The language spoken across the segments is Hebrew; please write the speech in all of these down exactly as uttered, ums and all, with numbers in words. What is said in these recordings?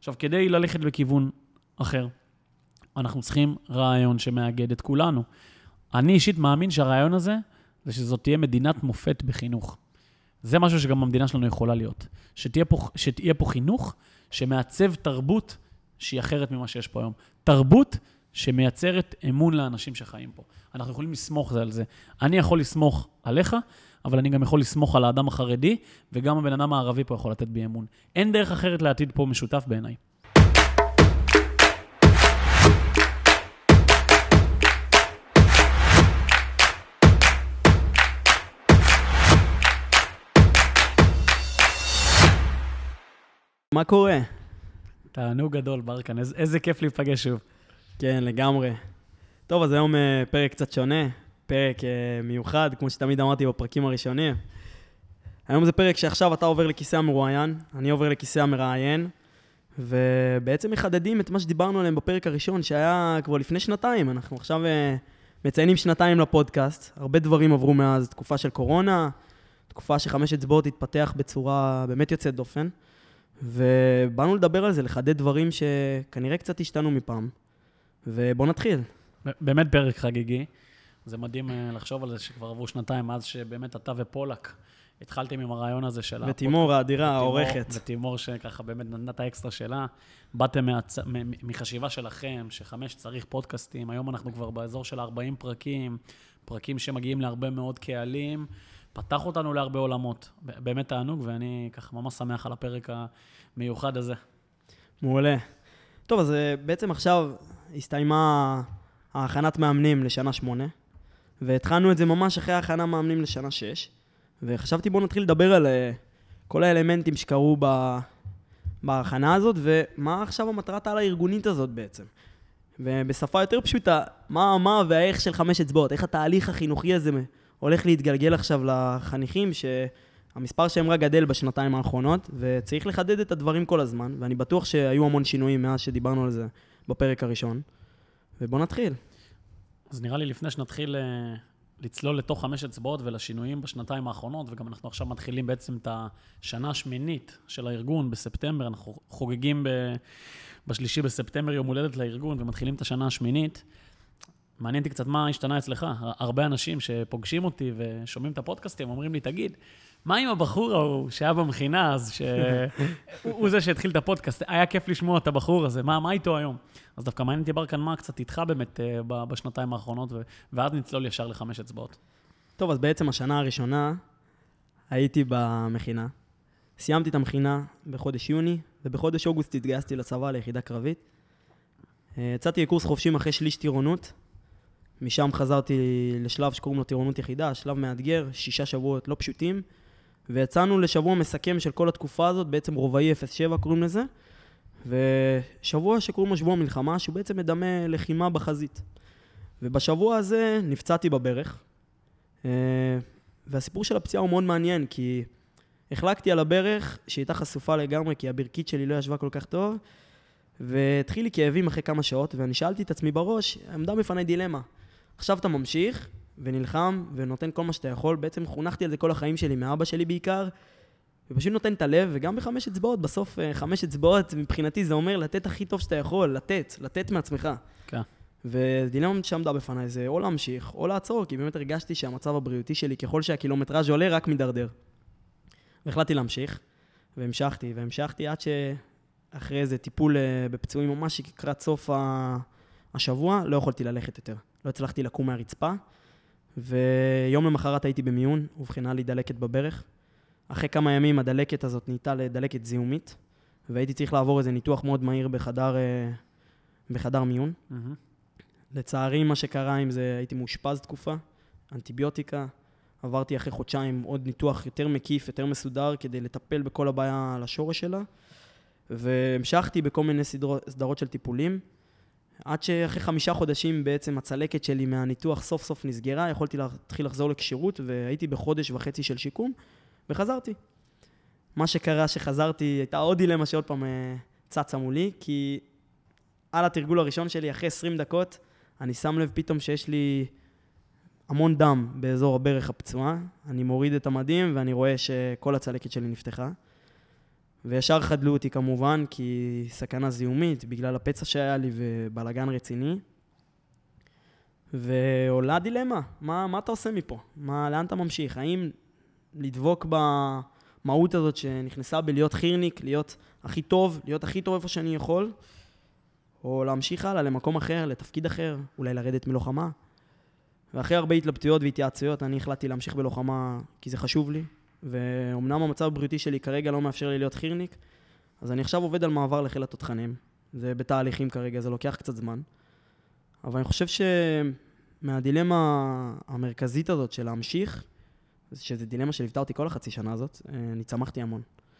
עכשיו, כדי ללכת בכיוון אחר, אנחנו צריכים רעיון שמאגד את כולנו. אני אישית מאמין שהרעיון הזה, זה שזאת תהיה מדינת מופת בחינוך. זה משהו שגם המדינה שלנו יכולה להיות. שתהיה פה, שתהיה פה חינוך שמעצב תרבות שהיא אחרת ממה שיש פה היום. תרבות שמייצרת אמון לאנשים שחיים פה. אנחנו יכולים לסמוך זה על זה. אני יכול לסמוך עליך, אבל אני גם יכול לסמוך על האדם החרדי, וגם הבן אדם הערבי פה יכול לתת בי אמון. אין דרך אחרת לעתיד פה משותף בעיניי. מה קורה? תענוג גדול, ברקן. איזה, איזה כיף להיפגש שוב. כן, לגמרי. טוב, אז היום פרק קצת שונה, פרק מיוחד, כמו שתמיד אמרתי בפרקים הראשונים. היום זה פרק שעכשיו אתה עובר לכיסא המרואיין, אני עובר לכיסא המראיין, ובעצם מחדדים את מה שדיברנו עליהם בפרק הראשון, שהיה כבר לפני שנתיים. אנחנו עכשיו מציינים שנתיים לפודקאסט, הרבה דברים עברו מאז, תקופה של קורונה, תקופה שחמש אצבעות התפתח בצורה באמת יוצאת דופן, ובאנו לדבר על זה, לחדד דברים שכנראה קצת השתנו מפעם. ובוא נתחיל. באמת פרק חגיגי. זה מדהים לחשוב על זה שכבר עברו שנתיים, מאז שבאמת אתה ופולק התחלתם עם הרעיון הזה של הפודקאסט. ותימור האדירה, העורכת. ותימור שככה באמת נתנת האקסטרה שלה. באתם מהצ... מחשיבה שלכם, שחמש צריך פודקאסטים. היום אנחנו כבר באזור של ארבעים פרקים, פרקים שמגיעים להרבה מאוד קהלים. פתח אותנו להרבה עולמות. באמת תענוג, ואני ככה ממש שמח על הפרק המיוחד הזה. מעולה. טוב, אז בעצם עכשיו הסתיימה ההכנת מאמנים לשנה שמונה, והתחלנו את זה ממש אחרי ההכנה מאמנים לשנה שש, וחשבתי בוא נתחיל לדבר על כל האלמנטים שקרו בהכנה הזאת, ומה עכשיו המטרת על הארגונית הזאת בעצם. ובשפה יותר פשוטה, מה מה והאיך של חמש אצבעות, איך התהליך החינוכי הזה הולך להתגלגל עכשיו לחניכים, שהמספר שהם רק גדל בשנתיים האחרונות, וצריך לחדד את הדברים כל הזמן, ואני בטוח שהיו המון שינויים מאז שדיברנו על זה בפרק הראשון. ובוא נתחיל. אז נראה לי לפני שנתחיל לצלול לתוך חמש אצבעות ולשינויים בשנתיים האחרונות, וגם אנחנו עכשיו מתחילים בעצם את השנה השמינית של הארגון בספטמבר, אנחנו חוגגים ב... בשלישי בספטמבר יום הולדת לארגון, ומתחילים את השנה השמינית. מעניינתי קצת מה השתנה אצלך. הרבה אנשים שפוגשים אותי ושומעים את הפודקאסטים, אומרים לי, תגיד, מה עם הבחור ההוא שהיה במכינה, אז שהוא זה שהתחיל את הפודקאסט, היה כיף לשמוע את הבחור הזה, מה, מה איתו היום? אז דווקא מעניין אותי ברקן מה קצת איתך באמת בשנתיים האחרונות, ואז נצלול ישר לחמש אצבעות. טוב, אז בעצם השנה הראשונה הייתי במכינה. סיימתי את המכינה בחודש יוני, ובחודש אוגוסט התגייסתי לצבא ליחידה קרבית. יצאתי לקורס חופשים אחרי שליש טירונות, משם חזרתי לשלב שקוראים לו טירונות יחידה, שלב מאתגר, שישה שבועות לא פשוטים, ויצאנו לשבוע מסכם של כל התקופה הזאת, בעצם רובעי אפס שבע קוראים לזה, ושבוע שקוראים לו שבוע מלחמה, שהוא בעצם מדמה לחימה בחזית. ובשבוע הזה נפצעתי בברך, והסיפור של הפציעה הוא מאוד מעניין, כי החלקתי על הברך שהייתה חשופה לגמרי, כי הברכית שלי לא ישבה כל כך טוב, והתחיל לי כאבים אחרי כמה שעות, ואני שאלתי את עצמי בראש, עמדה בפני דילמה. עכשיו אתה ממשיך ונלחם ונותן כל מה שאתה יכול, בעצם חונכתי על זה כל החיים שלי, מאבא שלי בעיקר, ופשוט נותן את הלב, וגם בחמש אצבעות, בסוף חמש אצבעות, מבחינתי זה אומר לתת הכי טוב שאתה יכול, לתת, לתת מעצמך. כן. ודילמה שעמדה בפני זה או להמשיך או לעצור, כי באמת הרגשתי שהמצב הבריאותי שלי, ככל שהקילומטראז' עולה, רק מדרדר. והחלטתי להמשיך, והמשכתי, והמשכתי עד שאחרי איזה טיפול בפצועים ממש לקראת סוף השבוע, לא יכולתי ללכת יותר. לא הצלחתי לקום מהרצפה, ויום למחרת הייתי במיון, ובחינה לי דלקת בברך. אחרי כמה ימים הדלקת הזאת נהייתה לדלקת זיהומית, והייתי צריך לעבור איזה ניתוח מאוד מהיר בחדר, בחדר מיון. Mm-hmm. לצערי מה שקרה עם זה, הייתי מאושפז תקופה, אנטיביוטיקה, עברתי אחרי חודשיים עוד ניתוח יותר מקיף, יותר מסודר, כדי לטפל בכל הבעיה על השורש שלה, והמשכתי בכל מיני סדרות, סדרות של טיפולים, עד שאחרי חמישה חודשים בעצם הצלקת שלי מהניתוח סוף סוף נסגרה, יכולתי להתחיל לחזור לקשירות, והייתי בחודש וחצי של שיקום, וחזרתי. מה שקרה שחזרתי, הייתה עוד דילמה שעוד פעם צצה מולי, כי על התרגול הראשון שלי, אחרי עשרים דקות, אני שם לב פתאום שיש לי המון דם באזור הברך הפצועה, אני מוריד את המדים ואני רואה שכל הצלקת שלי נפתחה. וישר חדלו אותי כמובן, כי סכנה זיהומית, בגלל הפצע שהיה לי ובלגן רציני. ועולה דילמה, מה, מה אתה עושה מפה? מה, לאן אתה ממשיך? האם לדבוק במהות הזאת שנכנסה בלהיות חירניק, להיות הכי טוב, להיות הכי טוב איפה שאני יכול, או להמשיך הלאה למקום אחר, לתפקיד אחר, אולי לרדת מלוחמה. ואחרי הרבה התלבטויות והתייעצויות, אני החלטתי להמשיך בלוחמה כי זה חשוב לי, ואומנם המצב הבריאותי שלי כרגע לא מאפשר לי להיות חירניק, אז אני עכשיו עובד על מעבר לחיל התותחנים. זה בתהליכים כרגע, זה לוקח קצת זמן. אבל אני חושב שמהדילמה המרכזית הזאת של להמשיך, שזו דילמה שליוותה אותי כל החצי שנה הזאת, אני צמחתי המון.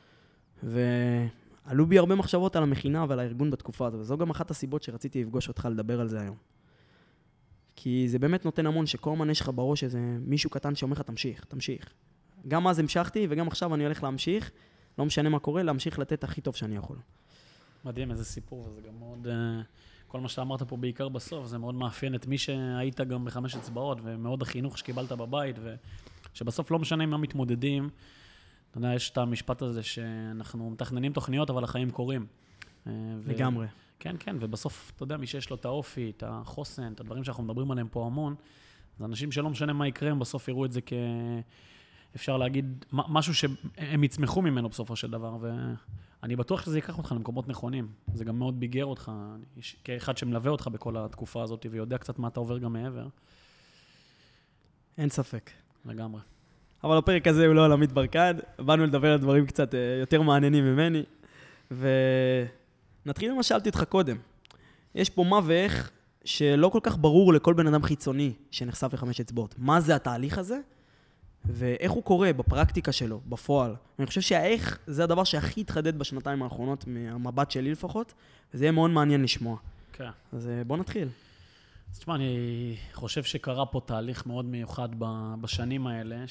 ועלו בי הרבה מחשבות על המכינה ועל הארגון בתקופה הזאת, וזו גם אחת הסיבות שרציתי לפגוש אותך לדבר על זה היום. כי זה באמת נותן המון שכל הזמן יש לך בראש איזה מישהו קטן שאומר לך, תמשיך, תמשיך. גם אז המשכתי, וגם עכשיו אני הולך להמשיך, לא משנה מה קורה, להמשיך לתת הכי טוב שאני יכול. מדהים, איזה סיפור, וזה גם מאוד... כל מה שאמרת פה בעיקר בסוף, זה מאוד מאפיין את מי שהיית גם בחמש אצבעות, ומאוד החינוך שקיבלת בבית, ושבסוף לא משנה מה מתמודדים. אתה יודע, יש את המשפט הזה שאנחנו מתכננים תוכניות, אבל החיים קורים. לגמרי. כן, כן, ובסוף, אתה יודע, מי שיש לו את האופי, את החוסן, את הדברים שאנחנו מדברים עליהם פה המון, זה אנשים שלא משנה מה יקרה, הם בסוף יראו את זה כ... אפשר להגיד, משהו שהם יצמחו ממנו בסופו של דבר, ואני בטוח שזה ייקח אותך למקומות נכונים. זה גם מאוד ביגר אותך, כאחד שמלווה אותך בכל התקופה הזאת, ויודע קצת מה אתה עובר גם מעבר. אין ספק. לגמרי. אבל הפרק הזה הוא לא על עמית ברקד, באנו לדבר על דברים קצת יותר מעניינים ממני, ונתחיל למה שאלתי אותך קודם. יש פה מה ואיך שלא כל כך ברור לכל בן אדם חיצוני שנחשף לחמש אצבעות. מה זה התהליך הזה? ואיך הוא קורה בפרקטיקה שלו, בפועל. אני חושב שהאיך זה הדבר שהכי התחדד בשנתיים האחרונות, מהמבט שלי לפחות, וזה יהיה מאוד מעניין לשמוע. כן. אז בוא נתחיל. אז תשמע, אני חושב שקרה פה תהליך מאוד מיוחד בשנים האלה,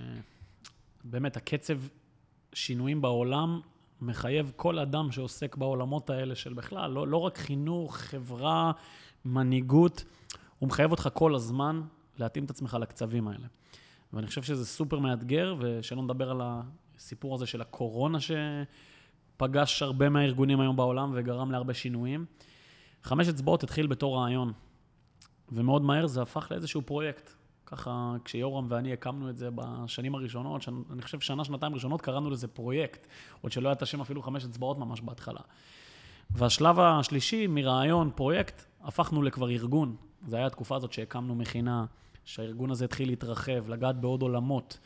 שבאמת הקצב שינויים בעולם מחייב כל אדם שעוסק בעולמות האלה של בכלל, לא, לא רק חינוך, חברה, מנהיגות, הוא מחייב אותך כל הזמן להתאים את עצמך לקצבים האלה. ואני חושב שזה סופר מאתגר, ושלא נדבר על הסיפור הזה של הקורונה שפגש הרבה מהארגונים היום בעולם וגרם להרבה שינויים. חמש אצבעות התחיל בתור רעיון, ומאוד מהר זה הפך לאיזשהו פרויקט. ככה, כשיורם ואני הקמנו את זה בשנים הראשונות, שאני, אני חושב שנה, שנתיים ראשונות קראנו לזה פרויקט, עוד שלא היה את השם אפילו חמש אצבעות ממש בהתחלה. והשלב השלישי, מרעיון, פרויקט, הפכנו לכבר ארגון. זה היה התקופה הזאת שהקמנו מכינה, שהארגון הזה התחיל להתרחב, לגעת בעוד עולמות.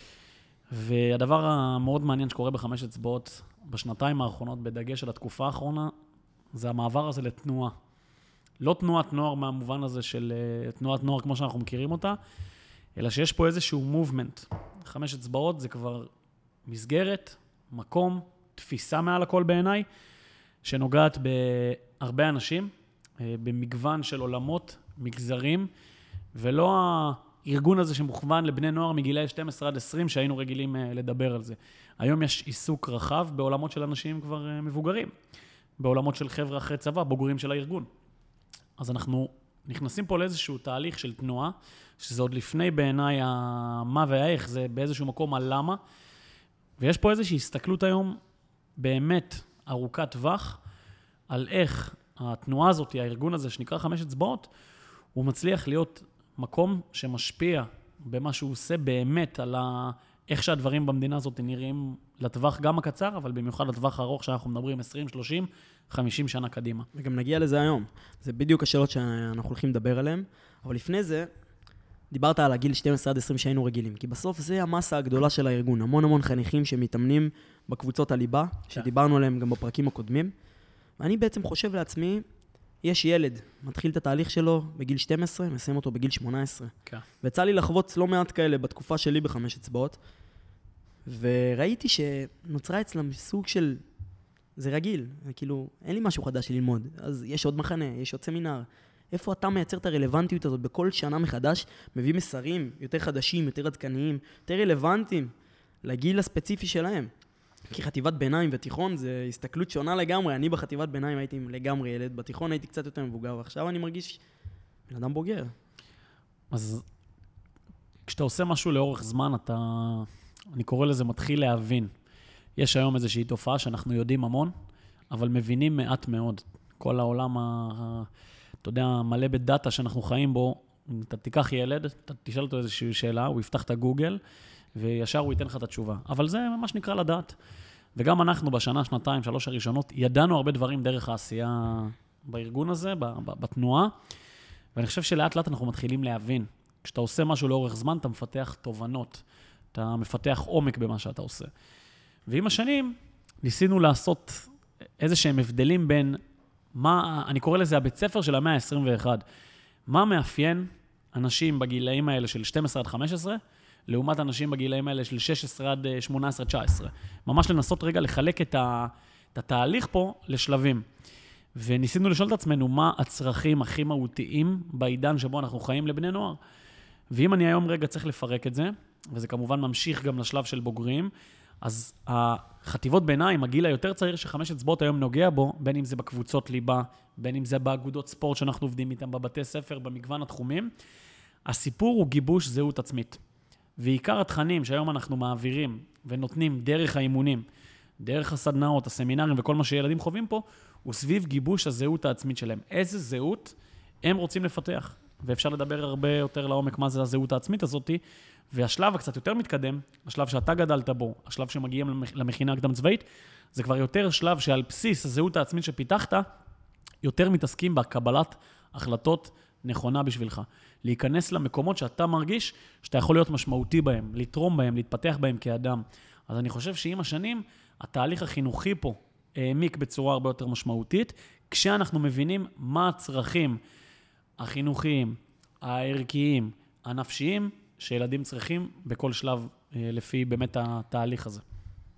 והדבר המאוד מעניין שקורה בחמש אצבעות, בשנתיים האחרונות, בדגש על התקופה האחרונה, זה המעבר הזה לתנועה. לא תנועת נוער מהמובן הזה של תנועת נוער כמו שאנחנו מכירים אותה, אלא שיש פה איזשהו מובמנט. חמש אצבעות זה כבר מסגרת, מקום, תפיסה מעל הכל בעיניי, שנוגעת בהרבה אנשים, במגוון של עולמות, מגזרים, ולא הארגון הזה שמוכוון לבני נוער מגילי שתים עשרה עד עשרים, שהיינו רגילים לדבר על זה. היום יש עיסוק רחב בעולמות של אנשים כבר מבוגרים, בעולמות של חבר'ה אחרי צבא, בוגרים של הארגון. אז אנחנו נכנסים פה לאיזשהו תהליך של תנועה, שזה עוד לפני בעיניי מה והאיך, זה באיזשהו מקום הלמה, ויש פה איזושהי הסתכלות היום באמת ארוכת טווח, על איך התנועה הזאת, הארגון הזה שנקרא חמש אצבעות, הוא מצליח להיות מקום שמשפיע במה שהוא עושה באמת על איך שהדברים במדינה הזאת נראים לטווח גם הקצר, אבל במיוחד לטווח הארוך שאנחנו מדברים עשרים, שלושים, חמישים שנה קדימה. וגם נגיע לזה היום. זה בדיוק השאלות שאנחנו הולכים לדבר עליהן, אבל לפני זה, דיברת על הגיל שתים עשרה עד עשרים שהיינו רגילים, כי בסוף זה המסה הגדולה של הארגון, המון המון חניכים שמתאמנים בקבוצות הליבה, שדיברנו עליהם גם בפרקים הקודמים, ואני בעצם חושב לעצמי, יש ילד, מתחיל את התהליך שלו בגיל שתים עשרה, מסיים אותו בגיל שמונה עשרה. כן. ויצא לי לחוות לא מעט כאלה בתקופה שלי בחמש אצבעות, וראיתי שנוצרה אצלם סוג של, זה רגיל, כאילו, אין לי משהו חדש ללמוד, אז יש עוד מחנה, יש עוד סמינר. איפה אתה מייצר את הרלוונטיות הזאת בכל שנה מחדש, מביא מסרים יותר חדשים, יותר עדכניים, יותר רלוונטיים לגיל הספציפי שלהם. כי חטיבת ביניים ותיכון זה הסתכלות שונה לגמרי. אני בחטיבת ביניים הייתי לגמרי ילד, בתיכון הייתי קצת יותר מבוגר, ועכשיו אני מרגיש בן אדם בוגר. אז כשאתה עושה משהו לאורך זמן, אתה, אני קורא לזה מתחיל להבין. יש היום איזושהי תופעה שאנחנו יודעים המון, אבל מבינים מעט מאוד. כל העולם, ה... אתה יודע, מלא בדאטה שאנחנו חיים בו, אתה תיקח ילד, אתה תשאל אותו איזושהי שאלה, הוא יפתח את הגוגל, וישר הוא ייתן לך את התשובה. אבל זה ממש נקרא לדעת. וגם אנחנו בשנה, שנתיים, שלוש הראשונות, ידענו הרבה דברים דרך העשייה בארגון הזה, בתנועה, ואני חושב שלאט לאט אנחנו מתחילים להבין. כשאתה עושה משהו לאורך זמן, אתה מפתח תובנות, אתה מפתח עומק במה שאתה עושה. ועם השנים, ניסינו לעשות איזה שהם הבדלים בין מה, אני קורא לזה הבית ספר של המאה ה-עשרים ואחת. מה מאפיין אנשים בגילאים האלה של שתים עשרה עד חמש עשרה, לעומת אנשים בגילאים האלה של שש עשרה עד שמונה עשרה תשע עשרה. ממש לנסות רגע לחלק את, ה, את התהליך פה לשלבים. וניסינו לשאול את עצמנו מה הצרכים הכי מהותיים בעידן שבו אנחנו חיים לבני נוער. ואם אני היום רגע צריך לפרק את זה, וזה כמובן ממשיך גם לשלב של בוגרים, אז החטיבות ביניים, הגיל היותר צעיר שחמש אצבעות היום נוגע בו, בין אם זה בקבוצות ליבה, בין אם זה באגודות ספורט שאנחנו עובדים איתם בבתי ספר, במגוון התחומים, הסיפור הוא גיבוש זהות עצמית. ועיקר התכנים שהיום אנחנו מעבירים ונותנים דרך האימונים, דרך הסדנאות, הסמינרים וכל מה שילדים חווים פה, הוא סביב גיבוש הזהות העצמית שלהם. איזה זהות הם רוצים לפתח? ואפשר לדבר הרבה יותר לעומק מה זה הזהות העצמית הזאת, והשלב הקצת יותר מתקדם, השלב שאתה גדלת בו, השלב שמגיעים למכינה הקדם צבאית, זה כבר יותר שלב שעל בסיס הזהות העצמית שפיתחת, יותר מתעסקים בקבלת החלטות נכונה בשבילך. להיכנס למקומות שאתה מרגיש שאתה יכול להיות משמעותי בהם, לתרום בהם, להתפתח בהם כאדם. אז אני חושב שעם השנים, התהליך החינוכי פה העמיק בצורה הרבה יותר משמעותית, כשאנחנו מבינים מה הצרכים החינוכיים, הערכיים, הנפשיים, שילדים צריכים בכל שלב לפי באמת התהליך הזה.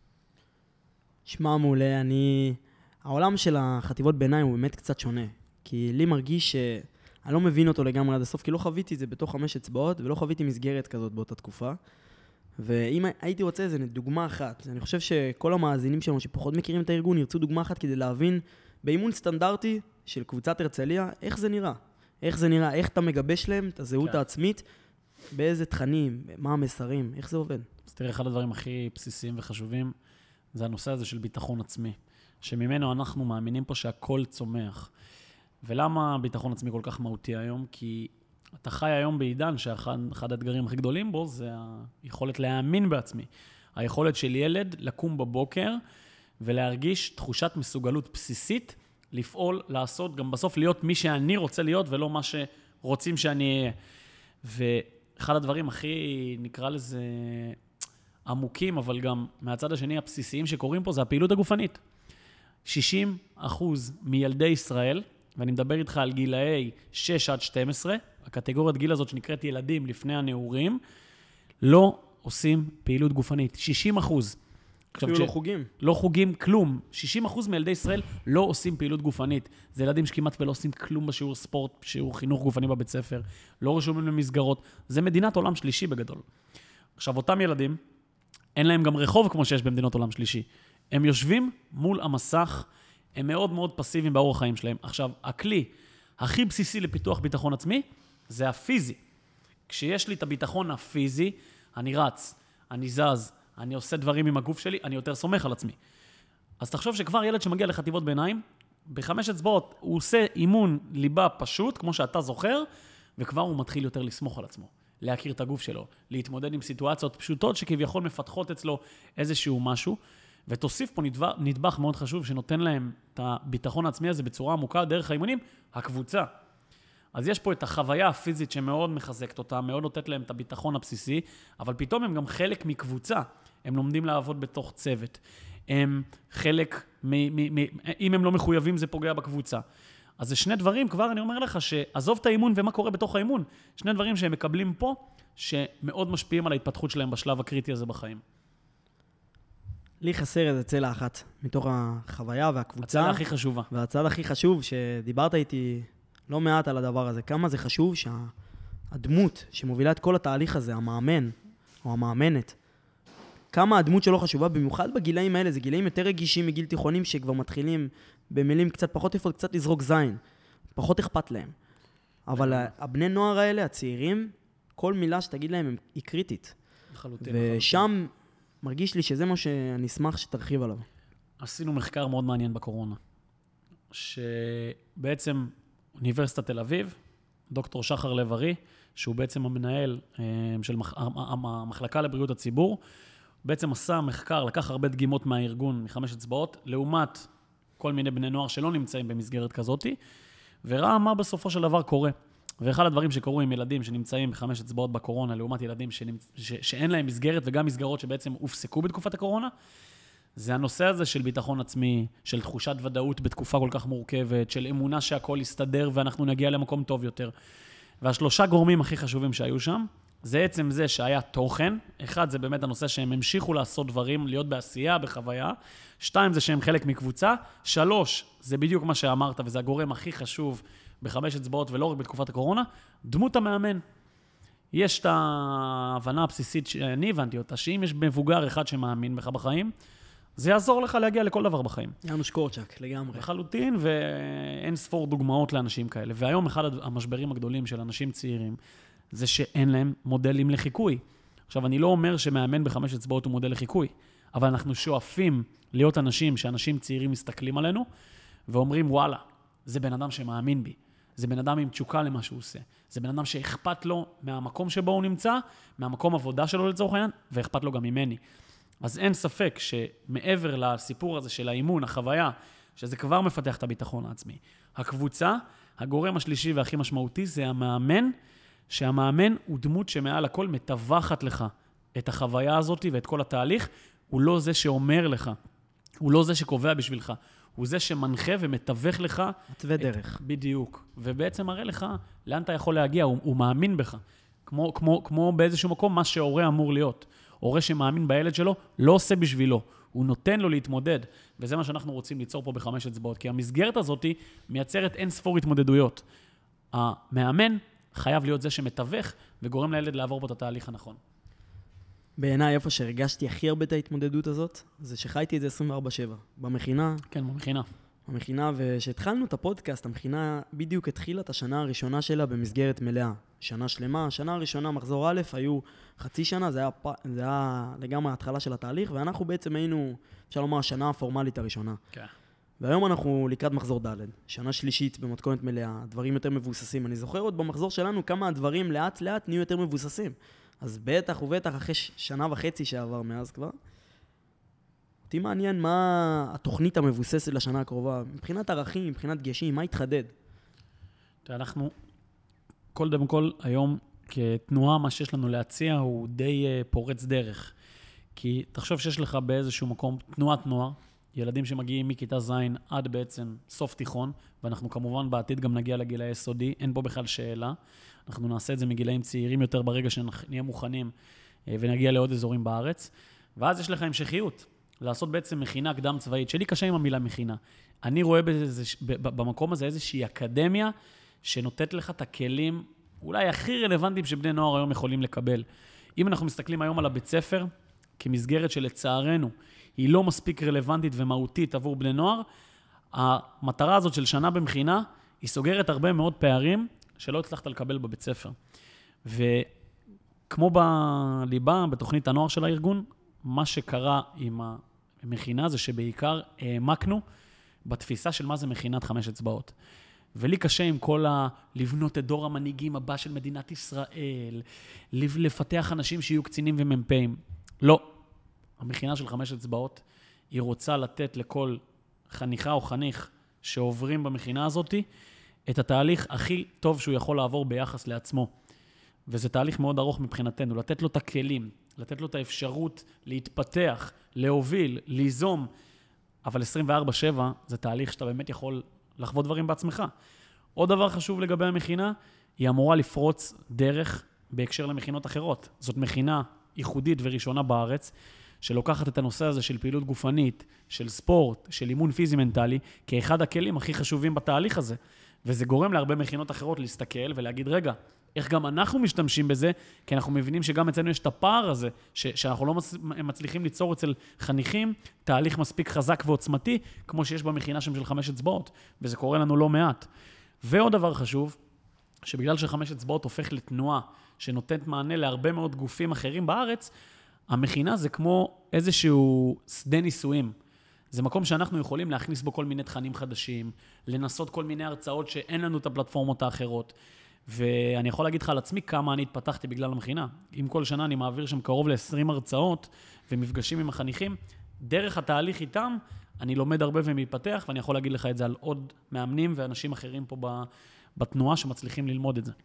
שמע מעולה, אני... העולם של החטיבות ביניים הוא באמת קצת שונה, כי לי מרגיש שאני לא מבין אותו לגמרי עד הסוף, כי לא חוויתי את זה בתוך חמש אצבעות, ולא חוויתי מסגרת כזאת באותה תקופה. ואם הייתי רוצה איזה דוגמה אחת, אני חושב שכל המאזינים שלנו שפחות מכירים את הארגון, ירצו דוגמה אחת כדי להבין באימון סטנדרטי של קבוצת הרצליה, איך זה נראה. איך זה נראה, איך אתה מגבש להם את הזהות כן. העצמית, באיזה תכנים, מה המסרים, איך זה עובד. אז תראה, אחד הדברים הכי בסיסיים וחשובים, זה הנושא הזה של ביטחון עצמי, שממנו אנחנו מאמינים פה שהכל צומח. ולמה ביטחון עצמי כל כך מהותי היום? כי אתה חי היום בעידן שאחד האתגרים הכי גדולים בו, זה היכולת להאמין בעצמי. היכולת של ילד לקום בבוקר, ולהרגיש תחושת מסוגלות בסיסית, לפעול, לעשות, גם בסוף להיות מי שאני רוצה להיות, ולא מה שרוצים שאני אהיה. ואחד הדברים הכי, נקרא לזה, עמוקים, אבל גם מהצד השני הבסיסיים שקורים פה, זה הפעילות הגופנית. שישים אחוז מילדי ישראל, ואני מדבר איתך על גילאי שש עד שתים עשרה, הקטגוריית גיל הזאת שנקראת ילדים לפני הנעורים, לא עושים פעילות גופנית. שישים אחוז. אפילו לא חוגים. לא חוגים כלום. שישים אחוז מילדי ישראל לא עושים פעילות גופנית. זה ילדים שכמעט ולא עושים כלום בשיעור ספורט, בשיעור חינוך גופני בבית ספר, לא רשומים למסגרות. זה מדינת עולם שלישי בגדול. עכשיו, אותם ילדים, אין להם גם רחוב כמו שיש במדינות עולם שלישי. הם יושבים מול המסך, הם מאוד מאוד פסיביים באורח החיים שלהם. עכשיו, הכלי הכי בסיסי לפיתוח ביטחון עצמי, זה הפיזי. כשיש לי את הביטחון הפיזי, אני רץ, אני זז, אני עושה דברים עם הגוף שלי, אני יותר סומך על עצמי. אז תחשוב שכבר ילד שמגיע לחטיבות ביניים, בחמש אצבעות הוא עושה אימון ליבה פשוט, כמו שאתה זוכר, וכבר הוא מתחיל יותר לסמוך על עצמו, להכיר את הגוף שלו, להתמודד עם סיטואציות פשוטות שכביכול מפתחות אצלו איזשהו משהו, ותוסיף פה נדבך, נדבך מאוד חשוב שנותן להם את הביטחון העצמי הזה בצורה עמוקה דרך האימונים, הקבוצה. אז יש פה את החוויה הפיזית שמאוד מחזקת אותה, מאוד נותנת להם את הביטחון הבסיסי, אבל פתאום הם גם חלק מקבוצה. הם לומדים לעבוד בתוך צוות. הם חלק, מ- מ- מ- אם הם לא מחויבים זה פוגע בקבוצה. אז זה שני דברים, כבר אני אומר לך שעזוב את האימון ומה קורה בתוך האימון. שני דברים שהם מקבלים פה, שמאוד משפיעים על ההתפתחות שלהם בשלב הקריטי הזה בחיים. לי חסר איזה צלע אחת מתוך החוויה והקבוצה. הצלע הכי חשובה. והצד הכי חשוב שדיברת איתי לא מעט על הדבר הזה. כמה זה חשוב שהדמות שמובילה את כל התהליך הזה, המאמן או המאמנת, כמה הדמות שלו חשובה, במיוחד בגילאים האלה, זה גילאים יותר רגישים מגיל תיכונים שכבר מתחילים במילים קצת פחות יפות, קצת לזרוק זין, פחות אכפת להם. אבל הבני נוער האלה, הצעירים, כל מילה שתגיד להם היא קריטית. ושם מרגיש לי שזה מה שאני אשמח שתרחיב עליו. עשינו מחקר מאוד מעניין בקורונה, שבעצם אוניברסיטת תל אביב, דוקטור שחר לב-ארי, שהוא בעצם המנהל של המחלקה לבריאות הציבור, בעצם עשה מחקר, לקח הרבה דגימות מהארגון, מחמש אצבעות, לעומת כל מיני בני נוער שלא נמצאים במסגרת כזאת, וראה מה בסופו של דבר קורה. ואחד הדברים שקורו עם ילדים שנמצאים בחמש אצבעות בקורונה, לעומת ילדים שנמצ... ש... שאין להם מסגרת, וגם מסגרות שבעצם הופסקו בתקופת הקורונה, זה הנושא הזה של ביטחון עצמי, של תחושת ודאות בתקופה כל כך מורכבת, של אמונה שהכל יסתדר ואנחנו נגיע למקום טוב יותר. והשלושה גורמים הכי חשובים שהיו שם, זה עצם זה שהיה תוכן. אחד, זה באמת הנושא שהם המשיכו לעשות דברים, להיות בעשייה, בחוויה. שתיים, זה שהם חלק מקבוצה. שלוש, זה בדיוק מה שאמרת, וזה הגורם הכי חשוב בחמש אצבעות, ולא רק בתקופת הקורונה, דמות המאמן. יש את ההבנה הבסיסית שאני הבנתי אותה, שאם יש מבוגר אחד שמאמין בך בחיים, זה יעזור לך להגיע לכל דבר בחיים. יאנוש קורצ'אק, לגמרי. לחלוטין, ואין ספור דוגמאות לאנשים כאלה. והיום אחד המשברים הגדולים של אנשים צעירים, זה שאין להם מודלים לחיקוי. עכשיו, אני לא אומר שמאמן בחמש אצבעות הוא מודל לחיקוי, אבל אנחנו שואפים להיות אנשים, שאנשים צעירים מסתכלים עלינו, ואומרים, וואלה, זה בן אדם שמאמין בי. זה בן אדם עם תשוקה למה שהוא עושה. זה בן אדם שאכפת לו מהמקום שבו הוא נמצא, מהמקום עבודה שלו לצורך העניין, ואכפת לו גם ממני. אז אין ספק שמעבר לסיפור הזה של האימון, החוויה, שזה כבר מפתח את הביטחון העצמי. הקבוצה, הגורם השלישי והכי משמעותי, זה המאמן, שהמאמן הוא דמות שמעל הכל מטווחת לך את החוויה הזאת ואת כל התהליך. הוא לא זה שאומר לך, הוא לא זה שקובע בשבילך, הוא זה שמנחה ומתווך לך. מתווה דרך. בדיוק. ובעצם מראה לך לאן אתה יכול להגיע, הוא, הוא מאמין בך. כמו, כמו, כמו באיזשהו מקום מה שהורה אמור להיות. הורה שמאמין בילד שלו, לא עושה בשבילו. הוא נותן לו להתמודד. וזה מה שאנחנו רוצים ליצור פה בחמש אצבעות. כי המסגרת הזאת מייצרת אין ספור התמודדויות. המאמן חייב להיות זה שמתווך וגורם לילד לעבור פה את התהליך הנכון. בעיניי, איפה שהרגשתי הכי הרבה את ההתמודדות הזאת, זה שחייתי את זה עשרים וארבע שבע. במכינה. כן, במכינה. במכינה, ושהתחלנו את הפודקאסט, המכינה בדיוק התחילה את השנה הראשונה שלה במסגרת מלאה. שנה שלמה, השנה הראשונה, מחזור א', היו חצי שנה, זה היה, זה היה לגמרי ההתחלה של התהליך, ואנחנו בעצם היינו, אפשר לומר, השנה הפורמלית הראשונה. כן. והיום אנחנו לקראת מחזור ד', שנה שלישית במתכונת מלאה, דברים יותר מבוססים. אני זוכר עוד במחזור שלנו כמה הדברים לאט לאט נהיו יותר מבוססים. אז בטח ובטח אחרי שנה וחצי שעבר מאז כבר, אותי מעניין מה התוכנית המבוססת לשנה הקרובה, מבחינת ערכים, מבחינת דגשים, מה התחדד? אנחנו, כל דם כל, היום כתנועה, מה שיש לנו להציע הוא די פורץ דרך. כי תחשוב שיש לך באיזשהו מקום תנועת נוער, ילדים שמגיעים מכיתה זין עד בעצם סוף תיכון, ואנחנו כמובן בעתיד גם נגיע לגיל היסודי, אין פה בכלל שאלה. אנחנו נעשה את זה מגילאים צעירים יותר ברגע שנהיה מוכנים ונגיע לעוד אזורים בארץ. ואז יש לך המשכיות, לעשות בעצם מכינה קדם צבאית, שלי קשה עם המילה מכינה. אני רואה בזה, במקום הזה איזושהי אקדמיה שנותנת לך את הכלים אולי הכי רלוונטיים שבני נוער היום יכולים לקבל. אם אנחנו מסתכלים היום על הבית ספר, כמסגרת שלצערנו היא לא מספיק רלוונטית ומהותית עבור בני נוער, המטרה הזאת של שנה במכינה, היא סוגרת הרבה מאוד פערים שלא הצלחת לקבל בבית ספר. וכמו בליבה, בתוכנית הנוער של הארגון, מה שקרה עם המכינה זה שבעיקר העמקנו בתפיסה של מה זה מכינת חמש אצבעות. ולי קשה עם כל ה... לבנות את דור המנהיגים הבא של מדינת ישראל, לפתח אנשים שיהיו קצינים וממפאים. לא. המכינה של חמש אצבעות, היא רוצה לתת לכל חניכה או חניך שעוברים במכינה הזאת, את התהליך הכי טוב שהוא יכול לעבור ביחס לעצמו. וזה תהליך מאוד ארוך מבחינתנו, לתת לו את הכלים, לתת לו את האפשרות להתפתח, להוביל, ליזום, אבל עשרים וארבע שבע זה תהליך שאתה באמת יכול לחוות דברים בעצמך. עוד דבר חשוב לגבי המכינה, היא אמורה לפרוץ דרך בהקשר למכינות אחרות. זאת מכינה ייחודית וראשונה בארץ, שלוקחת את הנושא הזה של פעילות גופנית, של ספורט, של אימון פיזי-מנטלי, כאחד הכלים הכי חשובים בתהליך הזה. וזה גורם להרבה מכינות אחרות להסתכל ולהגיד, רגע, איך גם אנחנו משתמשים בזה, כי אנחנו מבינים שגם אצלנו יש את הפער הזה, ש- שאנחנו לא מצליחים ליצור אצל חניכים, תהליך מספיק חזק ועוצמתי, כמו שיש במכינה שם של חמש אצבעות, וזה קורה לנו לא מעט. ועוד דבר חשוב, שבגלל שחמש אצבעות הופך לתנועה, שנותנת מענה להרבה מאוד גופים אחרים בארץ, המכינה זה כמו איזשהו שדה ניסויים. זה מקום שאנחנו יכולים להכניס בו כל מיני תכנים חדשים, לנסות כל מיני הרצאות שאין לנו את הפלטפורמות האחרות. ואני יכול להגיד לך על עצמי כמה אני התפתחתי בגלל המכינה. אם כל שנה אני מעביר שם קרוב ל-עשרים הרצאות ומפגשים עם החניכים, דרך התהליך איתם, אני לומד הרבה ומתפתח, ואני יכול להגיד לך את זה על עוד מאמנים ואנשים אחרים פה בתנועה שמצליחים ללמוד את זה.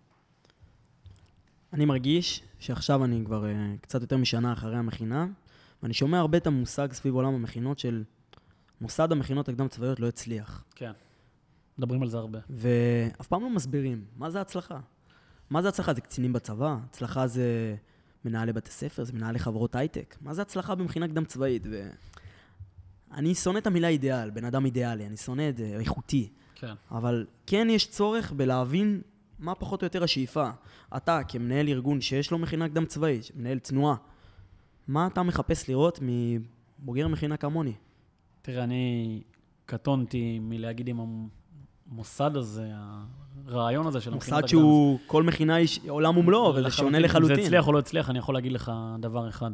אני מרגיש שעכשיו אני כבר uh, קצת יותר משנה אחרי המכינה, ואני שומע הרבה את המושג סביב עולם המכינות של מוסד המכינות הקדם צבאיות לא הצליח. כן, מדברים על זה הרבה. ואף פעם לא מסבירים, מה זה הצלחה? מה זה הצלחה? זה קצינים בצבא, הצלחה זה מנהלי בתי ספר, זה מנהלי חברות הייטק. מה זה הצלחה במכינה קדם צבאית? ואני שונא את המילה אידיאל, בן אדם אידיאלי, אני שונא את זה, איכותי. כן. אבל כן יש צורך בלהבין מה פחות או יותר השאיפה. אתה כמנהל ארגון שיש לו מכינה קדם צבאית, מנהל תנועה, מה אתה מחפש לראות מבוגר מכינה כמוני? תראה, אני קטונתי מלהגיד עם המוסד הזה, הרעיון הזה של המכינות הקדם. מוסד שהוא כל מכינה יש עולם ומלואו, וזה שונה לחלוטין. אם זה הצליח או לא הצליח, אני יכול להגיד לך דבר אחד.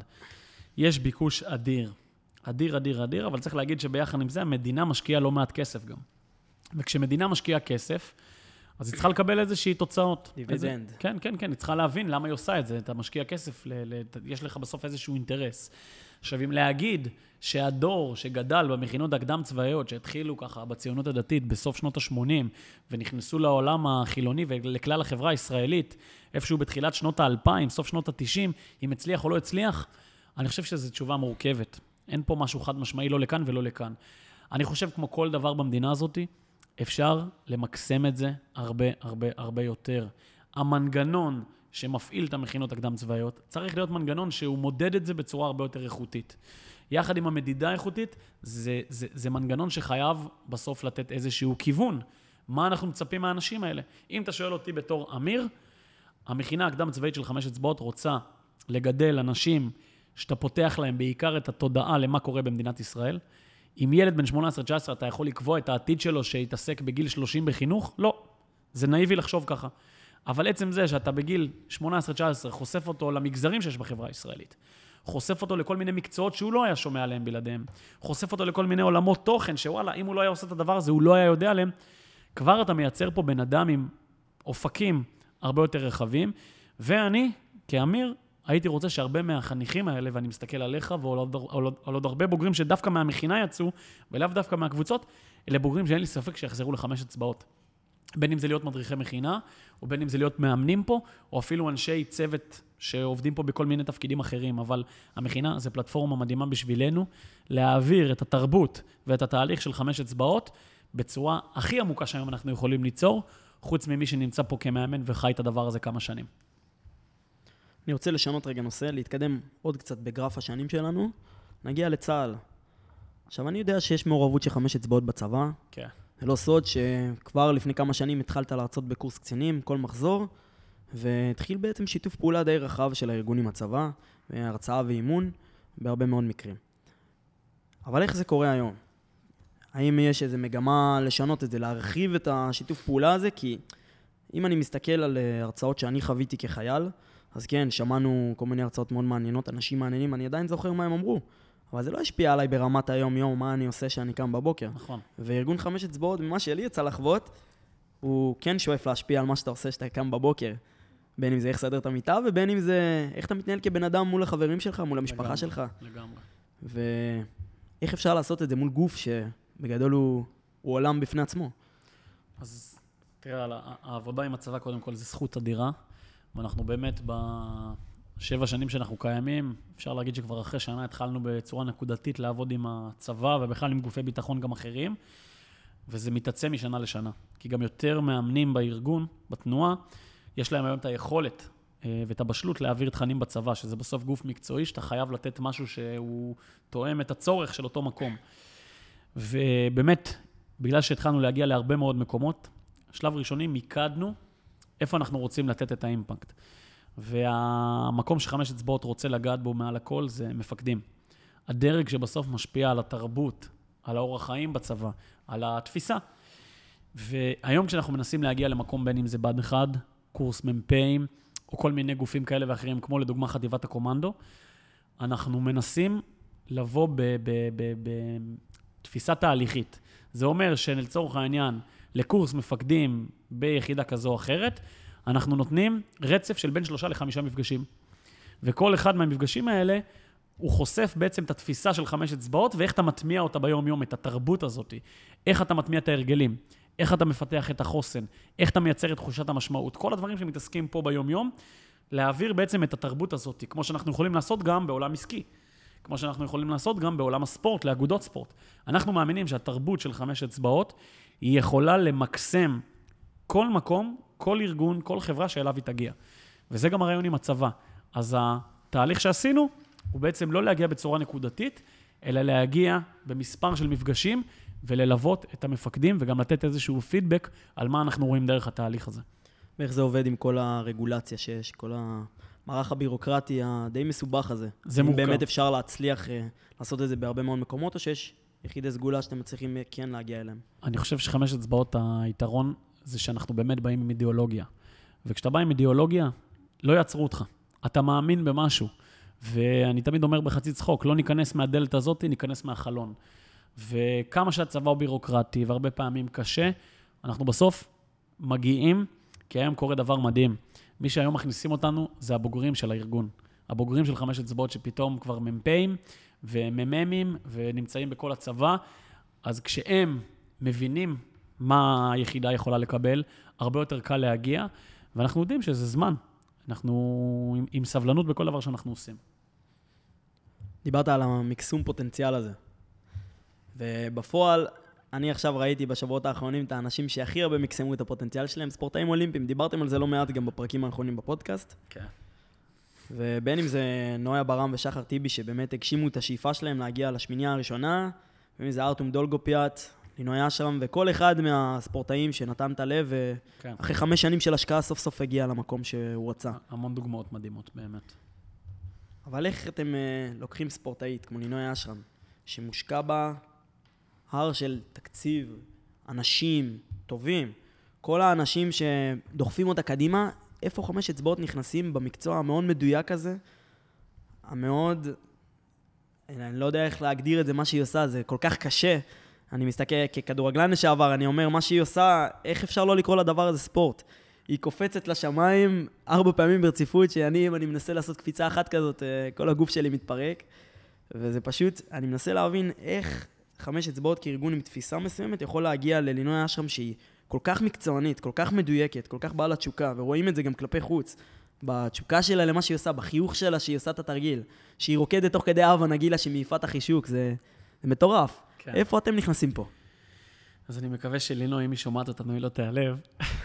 יש ביקוש אדיר, אדיר, אדיר, אדיר, אבל צריך להגיד שביחד עם זה, המדינה משקיעה לא מעט כסף גם. וכשמדינה משקיעה כסף, אז היא צריכה לקבל איזושהי תוצאות. דיבידנד. כן, כן, כן, היא צריכה להבין למה היא עושה את זה. אתה משקיע כסף, ל- ל- יש לך בסוף איזשהו אינטרס. עכשיו, אם להגיד שהדור שגדל במכינות הקדם צבאיות, שהתחילו ככה בציונות הדתית בסוף שנות ה-שמונים, ונכנסו לעולם החילוני ולכלל החברה הישראלית, איפשהו בתחילת שנות ה-אלפיים, סוף שנות ה-תשעים, אם הצליח או לא הצליח, אני חושב שזו תשובה מורכבת. אין פה משהו חד משמעי, לא לכאן ולא לכאן. אני חושב, כמו כל דבר במדינה הזאת, אפשר למקסם את זה הרבה, הרבה, הרבה יותר. המנגנון שמפעיל את המכינות הקדם צבאיות, צריך להיות מנגנון שהוא מודד את זה בצורה הרבה יותר איכותית. יחד עם המדידה האיכותית, זה, זה, זה מנגנון שחייב בסוף לתת איזשהו כיוון. מה אנחנו מצפים מהאנשים האלה? אם אתה שואל אותי בתור אמיר, המכינה הקדם צבאית של חמש אצבעות רוצה לגדל אנשים שאתה פותח להם בעיקר את התודעה למה קורה במדינת ישראל. אם ילד בן שמונה עשרה תשע עשרה אתה יכול לקבוע את העתיד שלו שיתעסק בגיל שלושים בחינוך? לא. זה נאיבי לחשוב ככה. אבל עצם זה שאתה בגיל שמונה עשרה תשע עשרה חושף אותו למגזרים שיש בחברה הישראלית, חושף אותו לכל מיני מקצועות שהוא לא היה שומע עליהם בלעדיהם, חושף אותו לכל מיני עולמות תוכן שוואלה, אם הוא לא היה עושה את הדבר הזה, הוא לא היה יודע עליהם, כבר אתה מייצר פה בן אדם עם אופקים הרבה יותר רחבים, ואני, כאמיר, הייתי רוצה שהרבה מהחניכים האלה, ואני מסתכל עליך, ועל עוד, על עוד הרבה בוגרים שדווקא מהמכינה יצאו, ולאו דווקא מהקבוצות, אלה בוגרים שאין לי ספק שיחזרו לחמש אצבעות. בין אם זה להיות מדריכי מכינה, או בין אם זה להיות מאמנים פה, או אפילו אנשי צוות שעובדים פה בכל מיני תפקידים אחרים. אבל המכינה זה פלטפורמה מדהימה בשבילנו, להעביר את התרבות ואת התהליך של חמש אצבעות, בצורה הכי עמוקה שהיום אנחנו יכולים ליצור, חוץ ממי שנמצא פה כמאמן וחי את הדבר הזה כמה שנים. אני רוצה לשנות רגע נושא, להתקדם עוד קצת בגרף השנים שלנו, נגיע לצה"ל. עכשיו, אני יודע שיש מעורבות של חמש אצבעות בצבא. כן. זה לא סוד שכבר לפני כמה שנים התחלת להרצות בקורס קצינים, כל מחזור, והתחיל בעצם שיתוף פעולה די רחב של הארגון עם הצבא, הרצאה ואימון, בהרבה מאוד מקרים. אבל איך זה קורה היום? האם יש איזו מגמה לשנות את זה, להרחיב את השיתוף פעולה הזה? כי אם אני מסתכל על הרצאות שאני חוויתי כחייל, אז כן, שמענו כל מיני הרצאות מאוד מעניינות, אנשים מעניינים, אני עדיין זוכר מה הם אמרו. אבל זה לא השפיע עליי ברמת היום-יום, מה אני עושה שאני קם בבוקר. נכון. וארגון חמש אצבעות, ממה שלי יצא לחוות, הוא כן שואף להשפיע על מה שאתה עושה שאתה קם בבוקר. בין אם זה איך סדר את המיטה, ובין אם זה איך אתה מתנהל כבן אדם מול החברים שלך, מול המשפחה לגמרי, שלך. לגמרי. ואיך אפשר לעשות את זה מול גוף שבגדול הוא, הוא עולם בפני עצמו. אז תראה, העבודה עם הצבא קודם כל זה זכות אדירה, ואנחנו באמת בשבע שנים שאנחנו קיימים, אפשר להגיד שכבר אחרי שנה התחלנו בצורה נקודתית לעבוד עם הצבא, ובכלל עם גופי ביטחון גם אחרים, וזה מתעצם משנה לשנה. כי גם יותר מאמנים בארגון, בתנועה, יש להם היום את היכולת ואת הבשלות להעביר תכנים בצבא, שזה בסוף גוף מקצועי, שאתה חייב לתת משהו שהוא תואם את הצורך של אותו מקום. ובאמת, בגלל שהתחלנו להגיע להרבה מאוד מקומות, שלב ראשוני מיקדנו איפה אנחנו רוצים לתת את האימפקט. והמקום שחמש אצבעות רוצה לגעת בו מעל הכל זה מפקדים. הדרג שבסוף משפיע על התרבות, על האורח חיים בצבא, על התפיסה. והיום כשאנחנו מנסים להגיע למקום בין אם זה בד אחד, קורס ממפאים, או כל מיני גופים כאלה ואחרים, כמו לדוגמה חטיבת הקומנדו, אנחנו מנסים לבוא בתפיסה תהליכית. זה אומר שלצורך העניין, לקורס מפקדים ביחידה כזו או אחרת, אנחנו נותנים רצף של בין שלושה לחמישה מפגשים. וכל אחד מהמפגשים האלה, הוא חושף בעצם את התפיסה של חמש אצבעות, ואיך אתה מטמיע אותה ביום-יום, את התרבות הזאת. איך אתה מטמיע את ההרגלים, איך אתה מפתח את החוסן, איך אתה מייצר את תחושת המשמעות. כל הדברים שמתעסקים פה ביום-יום, להעביר בעצם את התרבות הזאת, כמו שאנחנו יכולים לעשות גם בעולם עסקי, כמו שאנחנו יכולים לעשות גם בעולם הספורט, לאגודות ספורט. אנחנו מאמינים שהתרבות של חמש אצבעות, היא יכולה למקסם כל מקום, כל ארגון, כל חברה שאליו היא תגיע. וזה גם הרעיון עם הצבא. אז התהליך שעשינו, הוא בעצם לא להגיע בצורה נקודתית, אלא להגיע במספר של מפגשים, וללוות את המפקדים, וגם לתת איזשהו פידבק על מה אנחנו רואים דרך התהליך הזה. ואיך זה עובד עם כל הרגולציה שיש, כל המערך הבירוקרטי הדי מסובך הזה? זה מורכב. אם באמת אפשר להצליח לעשות את זה בהרבה מאוד מקומות, או שיש יחידי סגולה שאתם מצליחים כן להגיע אליהם? אני חושב שחמש אצבעות היתרון זה שאנחנו באמת באים עם אידיאולוגיה. וכשאתה בא עם אידיאולוגיה, לא יעצרו אותך. אתה מאמין במשהו. ואני תמיד אומר בחצי צחוק, לא ניכנס מהדלת הזאת, ניכנס מהחלון. וכמה שהצבא הוא בירוקרטי, והרבה פעמים קשה, אנחנו בסוף מגיעים, כי היום קורה דבר מדהים. מי שהיום מכניסים אותנו, זה הבוגרים של הארגון. הבוגרים של חמש אצבעות שפתאום כבר ממפאים, ומממים, ונמצאים בכל הצבא. אז כשהם מבינים מה היחידה יכולה לקבל, הרבה יותר קל להגיע, ואנחנו יודעים שזה זמן. אנחנו עם, עם סבלנות בכל דבר שאנחנו עושים. דיברת על המקסום פוטנציאל הזה. ובפועל, אני עכשיו ראיתי בשבועות האחרונים את האנשים שהכי הרבה מקסמו את הפוטנציאל שלהם, ספורטאים אולימפיים. דיברתם על זה לא מעט גם בפרקים האחרונים בפודקאסט. כן. ובין אם זה נויה ברם ושחר טיבי, שבאמת הגשימו את השאיפה שלהם להגיע לשמינייה הראשונה, ובין אם זה ארתום דולגופיאט, לינוי אשרם, וכל אחד מהספורטאים שנתן את הלב, כן. אחרי חמש שנים של השקעה סוף סוף הגיע למקום שהוא רצה. המון דוגמאות מדהימות, באמת. אבל איך אתם uh, לוקחים ספורטאית, כמו לינוי אשרם, שמושקע בה הר של תקציב, אנשים טובים, כל האנשים שדוחפים אותה קדימה, איפה חמש אצבעות נכנסים במקצוע המאוד מדויק הזה, המאוד, אני לא יודע איך להגדיר את זה, מה שהיא עושה, זה כל כך קשה. אני מסתכל ככדורגלן לשעבר, אני אומר, מה שהיא עושה, איך אפשר לא לקרוא לדבר הזה ספורט? היא קופצת לשמיים ארבע פעמים ברציפות, שאני, אם אני מנסה לעשות קפיצה אחת כזאת, כל הגוף שלי מתפרק, וזה פשוט, אני מנסה להבין איך חמש אצבעות כארגון עם תפיסה מסוימת יכול להגיע ללינוי אשרם שהיא כל כך מקצוענית, כל כך מדויקת, כל כך בעלת תשוקה, ורואים את זה גם כלפי חוץ, בתשוקה שלה למה שהיא עושה, בחיוך שלה שהיא עושה את התרגיל, שהיא רוקדת תוך כדי אהבה נגילה שמעיפה את החישוק, זה, זה מטורף. כן. איפה אתם נכנסים פה? אז אני מקווה שלינוי, אם היא שומעת אותנו, היא לא תיעלב,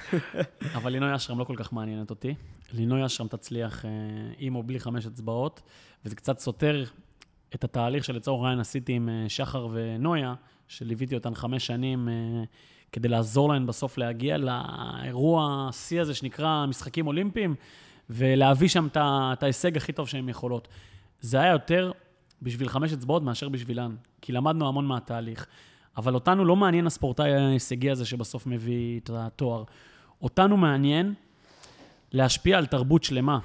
אבל לינוי אשרם לא כל כך מעניינת אותי. לינוי אשרם תצליח עם או בלי חמש אצבעות, וזה קצת סותר את התהליך שלצורך העניין עשיתי עם שחר ונויה, שליוויתי אותן חמש שנים כדי לעזור להן בסוף להגיע לאירוע C הזה שנקרא משחקים אולימפיים, ולהביא שם את ההישג הכי טוב שהן יכולות. זה היה יותר בשביל חמש אצבעות מאשר בשבילן, כי למדנו המון מהתהליך. אבל אותנו לא מעניין הספורטאי ההישגי הזה שבסוף מביא את התואר. אותנו מעניין להשפיע על תרבות שלמה,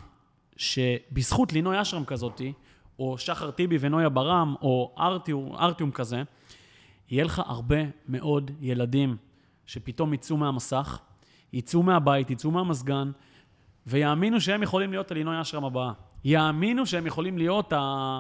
שבזכות לינוי אשרם כזאתי, או שחר טיבי ונויה ברם, או ארטיום, ארטיום כזה, יהיה לך הרבה מאוד ילדים שפתאום יצאו מהמסך, יצאו מהבית, יצאו מהמסגן, ויאמינו שהם יכולים להיות לינוי אשרם הבאה. יאמינו שהם יכולים להיות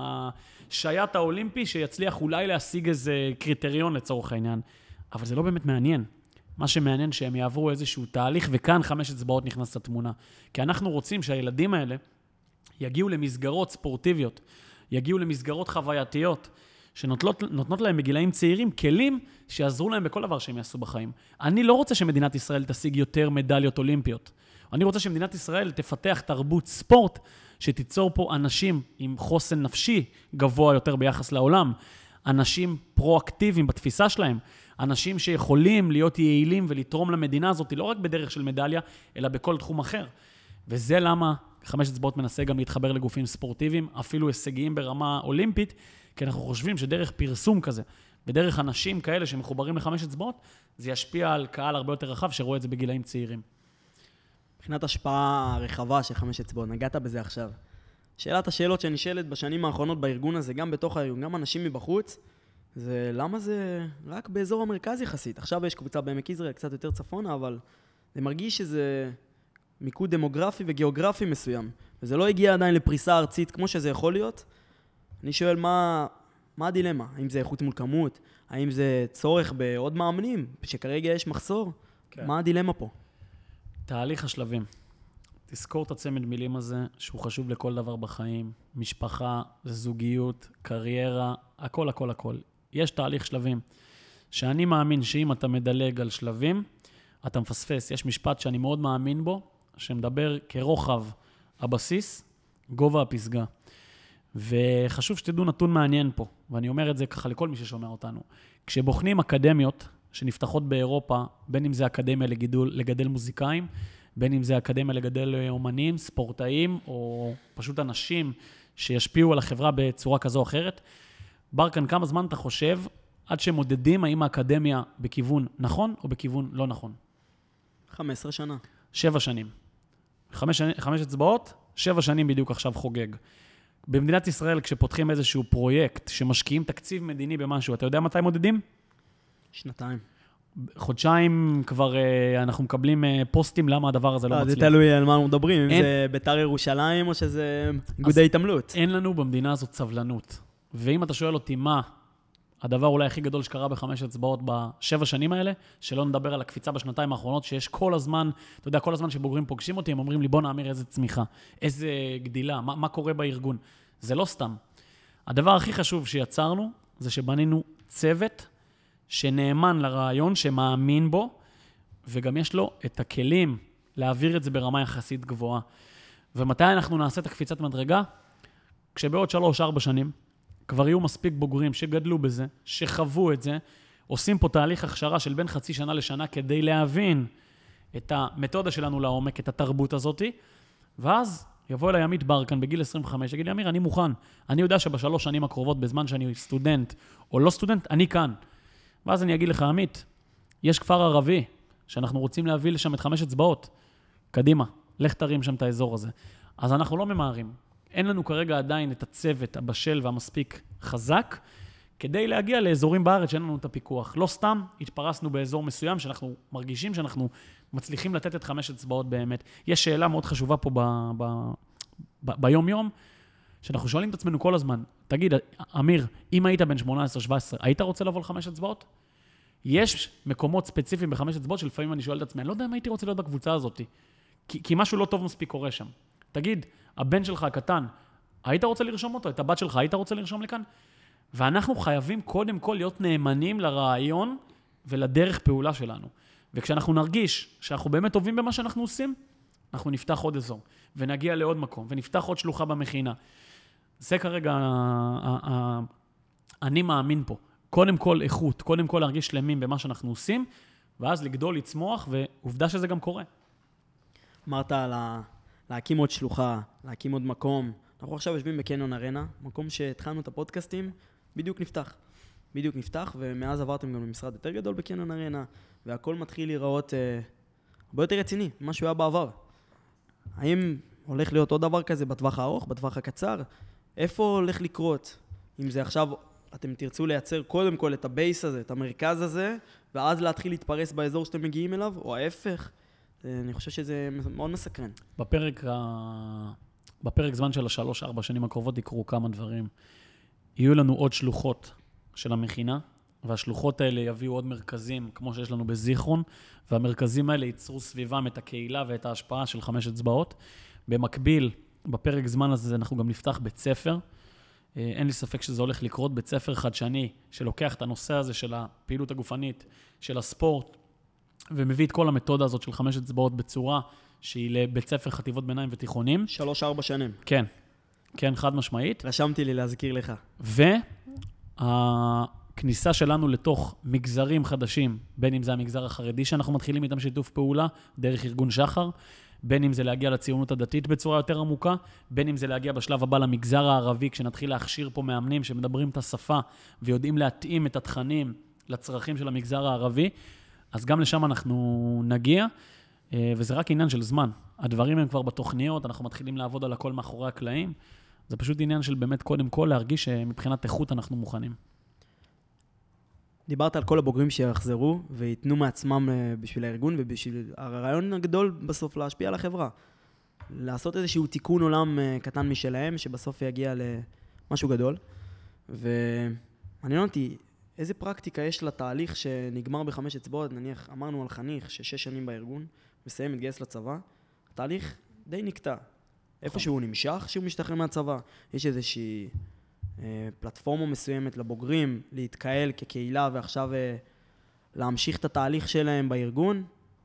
השייט האולימפי שיצליח אולי להשיג איזה קריטריון לצורך העניין. אבל זה לא באמת מעניין. מה שמעניין שהם יעברו איזשהו תהליך, וכאן חמש אצבעות נכנס לתמונה. כי אנחנו רוצים שהילדים האלה יגיעו למסגרות ספורטיביות, יגיעו למסגרות חווייתיות, שנותנות להם בגילאים צעירים כלים שיעזרו להם בכל דבר שהם יעשו בחיים. אני לא רוצה שמדינת ישראל תשיג יותר מדליות אולימפיות. אני רוצה שמדינת ישראל תפתח תרבות ספורט, שתיצור פה אנשים עם חוסן נפשי גבוה יותר ביחס לעולם, אנשים פרואקטיביים בתפיסה שלהם, אנשים שיכולים להיות יעילים ולתרום למדינה הזאת, לא רק בדרך של מדליה, אלא בכל תחום אחר. וזה למה חמש אצבעות מנסה גם להתחבר לגופים ספורטיביים, אפילו הישגיים ברמה אולימפית, כי אנחנו חושבים שדרך פרסום כזה, ודרך אנשים כאלה שמחוברים לחמש אצבעות, זה ישפיע על קהל הרבה יותר רחב שרואה את זה בגילאים צעירים. מבחינת השפעה הרחבה של חמש אצבעות, נגעת בזה עכשיו. שאלת השאלות שנשאלת בשנים האחרונות בארגון הזה, גם בתוך הארגון, גם אנשים מבחוץ, זה למה זה רק באזור המרכז יחסית. עכשיו יש קבוצה בעמק יזרעאל, קצת יותר צפונה, אבל זה מרגיש שזה מיקוד דמוגרפי וגיאוגרפי מסוים, וזה לא הגיע עדיין לפריסה ארצית כמו שזה יכול להיות. אני שואל מה, מה הדילמה? האם זה איכות מול כמות? האם זה צורך בעוד מאמנים, שכרגע יש מחסור? כן. מה הדילמה פה? תהליך השלבים. תזכור את הצמד מילים הזה, שהוא חשוב לכל דבר בחיים. משפחה, זוגיות, קריירה, הכל, הכל, הכל. יש תהליך שלבים. שאני מאמין שאם אתה מדלג על שלבים, אתה מפספס. יש משפט שאני מאוד מאמין בו, שמדבר כרוחב הבסיס, גובה הפסגה. וחשוב שתדעו נתון מעניין פה, ואני אומר את זה ככה לכל מי ששומע אותנו. כשבוחנים אקדמיות שנפתחות באירופה, בין אם זה אקדמיה לגידול, לגדל מוזיקאים, בין אם זה אקדמיה לגדל אומנים, ספורטאים, או פשוט אנשים שישפיעו על החברה בצורה כזו או אחרת, ברקן, כמה זמן אתה חושב עד שמודדים האם האקדמיה בכיוון נכון או בכיוון לא נכון? חמש עשרה שנה. שבע שנים. חמש, חמש אצבעות, שבע שנים בדיוק עכשיו חוגג. במדינת ישראל, כשפותחים איזשהו פרויקט, שמשקיעים תקציב מדיני במשהו, אתה יודע מתי מודדים? שנתיים. חודשיים כבר אנחנו מקבלים פוסטים למה הדבר הזה לא מצליח. זה תלוי על מה אנחנו מדברים, אם זה בית"ר ירושלים או שזה איגודי התעמלות. אין לנו במדינה הזאת סבלנות. ואם אתה שואל אותי מה הדבר אולי הכי גדול שקרה בחמש אצבעות בשבע שנים האלה, שלא נדבר על הקפיצה בשנתיים האחרונות, שיש כל הזמן, אתה יודע, כל הזמן שבוגרים פוגשים אותי, הם אומרים לי, בוא נאמר איזה צמיחה, איזה גדילה, מה, מה קורה בארגון. זה לא סתם. הדבר הכי חשוב שיצרנו, זה שבנינו צוות שנאמן לרעיון, שמאמין בו, וגם יש לו את הכלים להעביר את זה ברמה יחסית גבוהה. ומתי אנחנו נעשה את הקפיצת מדרגה? כשבעוד שלוש, ארבע שנים, כבר יהיו מספיק בוגרים שגדלו בזה, שחוו את זה, עושים פה תהליך הכשרה של בין חצי שנה לשנה כדי להבין את המתודה שלנו לעומק, את התרבות הזאת, ואז יבוא אליי עמית ברקן בגיל עשרים וחמש, יגיד לי, אמיר, אני מוכן. אני יודע שבשלוש שנים הקרובות, בזמן שאני סטודנט או לא סטודנט, אני כאן. ואז אני אגיד לך, עמית, יש כפר ערבי שאנחנו רוצים להביא לשם את חמש אצבעות. קדימה, לך תרים שם את האזור הזה. אז אנחנו לא ממהרים. אין לנו כרגע עדיין את הצוות הבשל והמספיק חזק, כדי להגיע לאזורים בארץ שאין לנו את הפיקוח. לא סתם התפרסנו באזור מסוים שאנחנו מרגישים שאנחנו מצליחים לתת את חמש אצבעות באמת. יש שאלה מאוד חשובה פה ב, ב, ב, ביום יום, שאנחנו שואלים את עצמנו כל הזמן, תגיד, אמיר, אם היית בן שמונה עשרה שבע עשרה, היית רוצה לבוא לחמש אצבעות? יש מקומות ספציפיים בחמש אצבעות שלפעמים אני שואל את עצמי, אני לא יודע אם הייתי רוצה להיות בקבוצה הזאת, כי, כי משהו לא טוב מספיק קורה שם. תגיד, הבן שלך הקטן, היית רוצה לרשום אותו? את הבת שלך היית רוצה לרשום לכאן? ואנחנו חייבים קודם כל להיות נאמנים לרעיון ולדרך פעולה שלנו. וכשאנחנו נרגיש שאנחנו באמת טובים במה שאנחנו עושים, אנחנו נפתח עוד אזור, ונגיע לעוד מקום, ונפתח עוד שלוחה במכינה. זה כרגע, אני מאמין פה. קודם כל איכות, קודם כל להרגיש שלמים במה שאנחנו עושים, ואז לגדול, לצמוח, ועובדה שזה גם קורה. אמרת על ה... להקים עוד שלוחה, להקים עוד מקום. אנחנו עכשיו יושבים בקניון ארנה, מקום שהתחלנו את הפודקאסטים, בדיוק נפתח. בדיוק נפתח, ומאז עברתם גם למשרד יותר גדול בקניון ארנה, והכל מתחיל להיראות אה, הרבה יותר רציני, מה שהוא היה בעבר. האם הולך להיות עוד דבר כזה בטווח הארוך, בטווח הקצר? איפה הולך לקרות? אם זה עכשיו, אתם תרצו לייצר קודם כל את הבייס הזה, את המרכז הזה, ואז להתחיל להתפרס באזור שאתם מגיעים אליו, או ההפך? אני חושב שזה מאוד מסקרן. בפרק, ה... בפרק זמן של השלוש, ארבע שנים הקרובות יקרו כמה דברים. יהיו לנו עוד שלוחות של המכינה, והשלוחות האלה יביאו עוד מרכזים, כמו שיש לנו בזיכרון, והמרכזים האלה ייצרו סביבם את הקהילה ואת ההשפעה של חמש אצבעות. במקביל, בפרק זמן הזה אנחנו גם נפתח בית ספר. אין לי ספק שזה הולך לקרות, בית ספר חדשני, שלוקח את הנושא הזה של הפעילות הגופנית, של הספורט, ומביא את כל המתודה הזאת של חמש אצבעות בצורה שהיא לבית ספר חטיבות ביניים ותיכונים. שלוש, ארבע שנים. כן, כן, חד משמעית. רשמתי לי להזכיר לך. והכניסה שלנו לתוך מגזרים חדשים, בין אם זה המגזר החרדי שאנחנו מתחילים איתם שיתוף פעולה, דרך ארגון שחר, בין אם זה להגיע לציונות הדתית בצורה יותר עמוקה, בין אם זה להגיע בשלב הבא למגזר הערבי, כשנתחיל להכשיר פה מאמנים שמדברים את השפה ויודעים להתאים את התכנים לצרכים של המגזר הערבי, אז גם לשם אנחנו נגיע, וזה רק עניין של זמן. הדברים הם כבר בתוכניות, אנחנו מתחילים לעבוד על הכל מאחורי הקלעים, זה פשוט עניין של באמת קודם כל להרגיש שמבחינת איכות אנחנו מוכנים. דיברת על כל הבוגרים שיחזרו ויתנו מעצמם בשביל הארגון ובשביל הרעיון הגדול בסוף להשפיע על החברה. לעשות איזשהו תיקון עולם קטן משלהם שבסוף יגיע למשהו גדול. ומעניין אותי, איזה פרקטיקה יש לתהליך שנגמר בחמש אצבעות? נניח, אמרנו על חניך ששש שנים בארגון, מסיים, מתגייס לצבא, התהליך די נקטע. איפה שהוא נמשך, שהוא משתחרר מהצבא. יש איזושהי אה, פלטפורמה מסוימת לבוגרים להתקהל כקהילה ועכשיו אה, להמשיך את התהליך שלהם בארגון.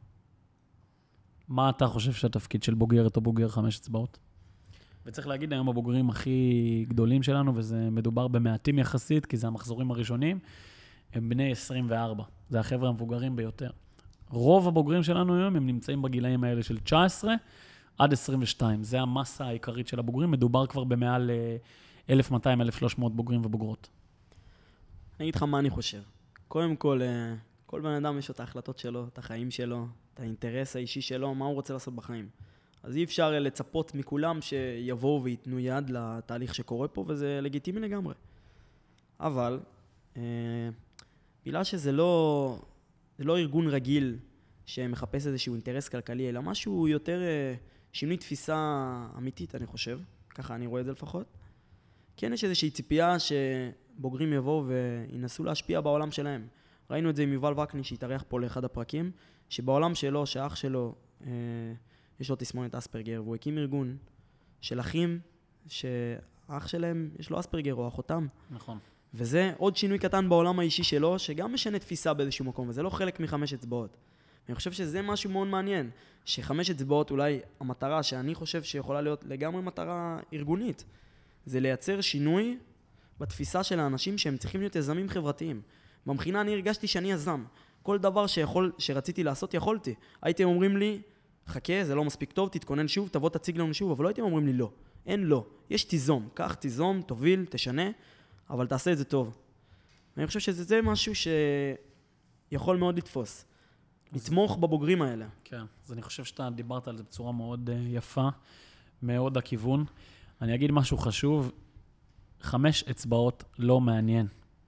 מה אתה חושב שהתפקיד של בוגרת או בוגר חמש אצבעות? וצריך להגיד, היום הבוגרים הכי גדולים שלנו, וזה מדובר במעטים יחסית, כי זה המחזורים הראשונים, הם בני עשרים וארבע. זה החבר'ה המבוגרים ביותר. רוב הבוגרים שלנו היום הם נמצאים בגילאים האלה של תשע עשרה עד עשרים ושתיים. זה המסה העיקרית של הבוגרים. מדובר כבר במעל אלף מאתיים עד אלף ושלוש מאות בוגרים ובוגרות. אני אגיד לך מה אני חושב. קודם כל, כל בן אדם יש את ההחלטות שלו, את החיים שלו, את האינטרס האישי שלו, מה הוא רוצה לעשות בחיים. אז אי אפשר לצפות מכולם שיבואו ויתנו יד לתהליך שקורה פה, וזה לגיטימי לגמרי. אבל, אה, בגלל שזה לא, זה לא ארגון רגיל שמחפש איזשהו אינטרס כלכלי, אלא משהו יותר אה, שינוי תפיסה אמיתית, אני חושב. ככה אני רואה את זה לפחות. כן, יש איזושהי ציפייה שבוגרים יבואו וינסו להשפיע בעולם שלהם. ראינו את זה עם יובל וקנין שהתארח פה לאחד הפרקים, שבעולם שלו, שאח שלו, אה, יש לו תסמונת אספרגר, והוא הקים ארגון של אחים שהאח שלהם יש לו אספרגר או אחותם. נכון. וזה עוד שינוי קטן בעולם האישי שלו, שגם משנה תפיסה באיזשהו מקום, וזה לא חלק מחמש אצבעות. אני חושב שזה משהו מאוד מעניין, שחמש אצבעות אולי המטרה שאני חושב שיכולה להיות לגמרי מטרה ארגונית, זה לייצר שינוי בתפיסה של האנשים שהם צריכים להיות יזמים חברתיים. במכינה אני הרגשתי שאני יזם. כל דבר שיכול, שרציתי לעשות, יכולתי. הייתם אומרים לי, חכה, זה לא מספיק טוב, תתכונן שוב, תבוא תציג לנו שוב, אבל לא הייתם אומרים לי לא. אין לא. יש תיזום. קח תיזום, תוביל, תשנה, אבל תעשה את זה טוב. אני חושב שזה זה משהו שיכול מאוד לתפוס. לתמוך בבוגרים האלה. כן, אז אני חושב שאתה דיברת על זה בצורה מאוד uh, יפה, מאוד הכיוון. אני אגיד משהו חשוב, חמש אצבעות לא מעניין.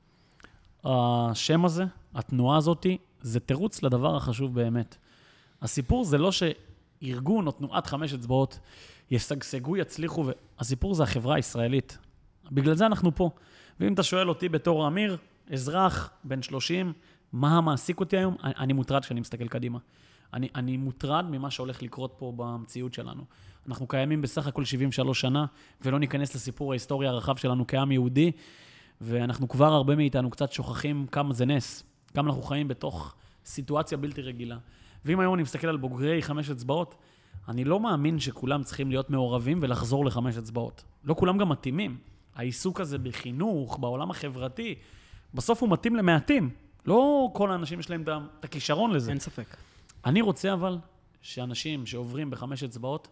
השם הזה, התנועה הזאת, זה תירוץ לדבר החשוב באמת. הסיפור זה לא שארגון או תנועת חמש אצבעות ישגשגו, יצליחו, והסיפור זה החברה הישראלית. בגלל זה אנחנו פה. ואם אתה שואל אותי בתור אמיר, אזרח, בן שלושים, מה מעסיק אותי היום? אני, אני מוטרד כשאני מסתכל קדימה. אני, אני מוטרד ממה שהולך לקרות פה במציאות שלנו. אנחנו קיימים בסך הכל שבעים ושלוש שנה, ולא ניכנס לסיפור ההיסטוריה הרחב שלנו כעם יהודי, ואנחנו כבר הרבה מאיתנו קצת שוכחים כמה זה נס, כמה אנחנו חיים בתוך סיטואציה בלתי רגילה. ואם היום אני מסתכל על בוגרי חמש אצבעות, אני לא מאמין שכולם צריכים להיות מעורבים ולחזור לחמש אצבעות. לא כולם גם מתאימים. העיסוק הזה בחינוך, בעולם החברתי, בסוף הוא מתאים למעטים. לא כל האנשים יש להם את הכישרון לזה. אין ספק. אני רוצה אבל שאנשים שעוברים בחמש אצבעות,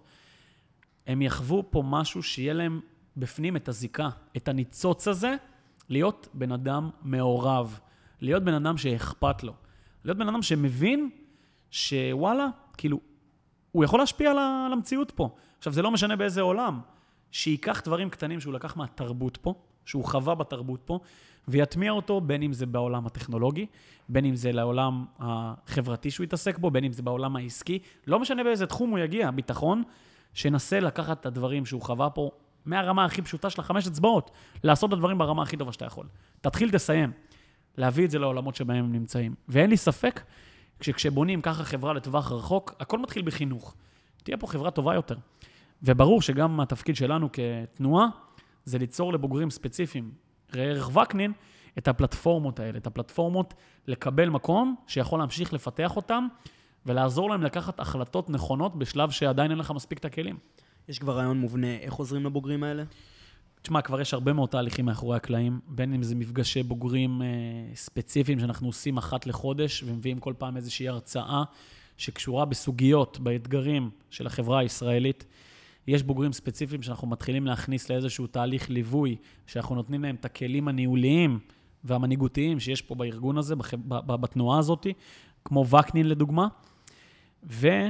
הם יחוו פה משהו שיהיה להם בפנים את הזיקה, את הניצוץ הזה, להיות בן אדם מעורב, להיות בן אדם שאכפת לו, להיות בן אדם שמבין שוואלה, כאילו, הוא יכול להשפיע על המציאות פה. עכשיו, זה לא משנה באיזה עולם, שיקח דברים קטנים שהוא לקח מהתרבות פה, שהוא חווה בתרבות פה, ויטמיע אותו בין אם זה בעולם הטכנולוגי, בין אם זה לעולם החברתי שהוא יתעסק בו, בין אם זה בעולם העסקי, לא משנה באיזה תחום הוא יגיע, ביטחון, שנסה לקחת את הדברים שהוא חווה פה, מהרמה הכי פשוטה של החמש אצבעות, לעשות את הדברים ברמה הכי טובה שאתה יכול. תתחיל, תסיים, להביא את זה לעולמות שבהם הם נמצאים. ואין לי ספק, כשבונים ככה חברה לטווח רחוק, הכל מתחיל בחינוך. תהיה פה חברה טובה יותר. וברור שגם התפקיד שלנו כתנועה, זה ליצור לבוגרים ספציפיים. ראה וקנין את הפלטפורמות האלה, את הפלטפורמות לקבל מקום שיכול להמשיך לפתח אותם, ולעזור להם לקחת החלטות נכונות בשלב שעדיין אין לך מספיק את הכלים. יש כבר רעיון מובנה, איך עוזרים לבוגרים האלה? תשמע, כבר יש הרבה מאוד תהליכים מאחורי הקלעים, בין אם זה מפגשי בוגרים אה, ספציפיים שאנחנו עושים אחת לחודש, ומביאים כל פעם איזושהי הרצאה שקשורה בסוגיות, באתגרים של החברה הישראלית. יש בוגרים ספציפיים שאנחנו מתחילים להכניס לאיזשהו תהליך ליווי, שאנחנו נותנים להם את הכלים הניהוליים והמנהיגותיים שיש פה בארגון הזה, בתנועה הזאת, כמו וקנין לדוגמה.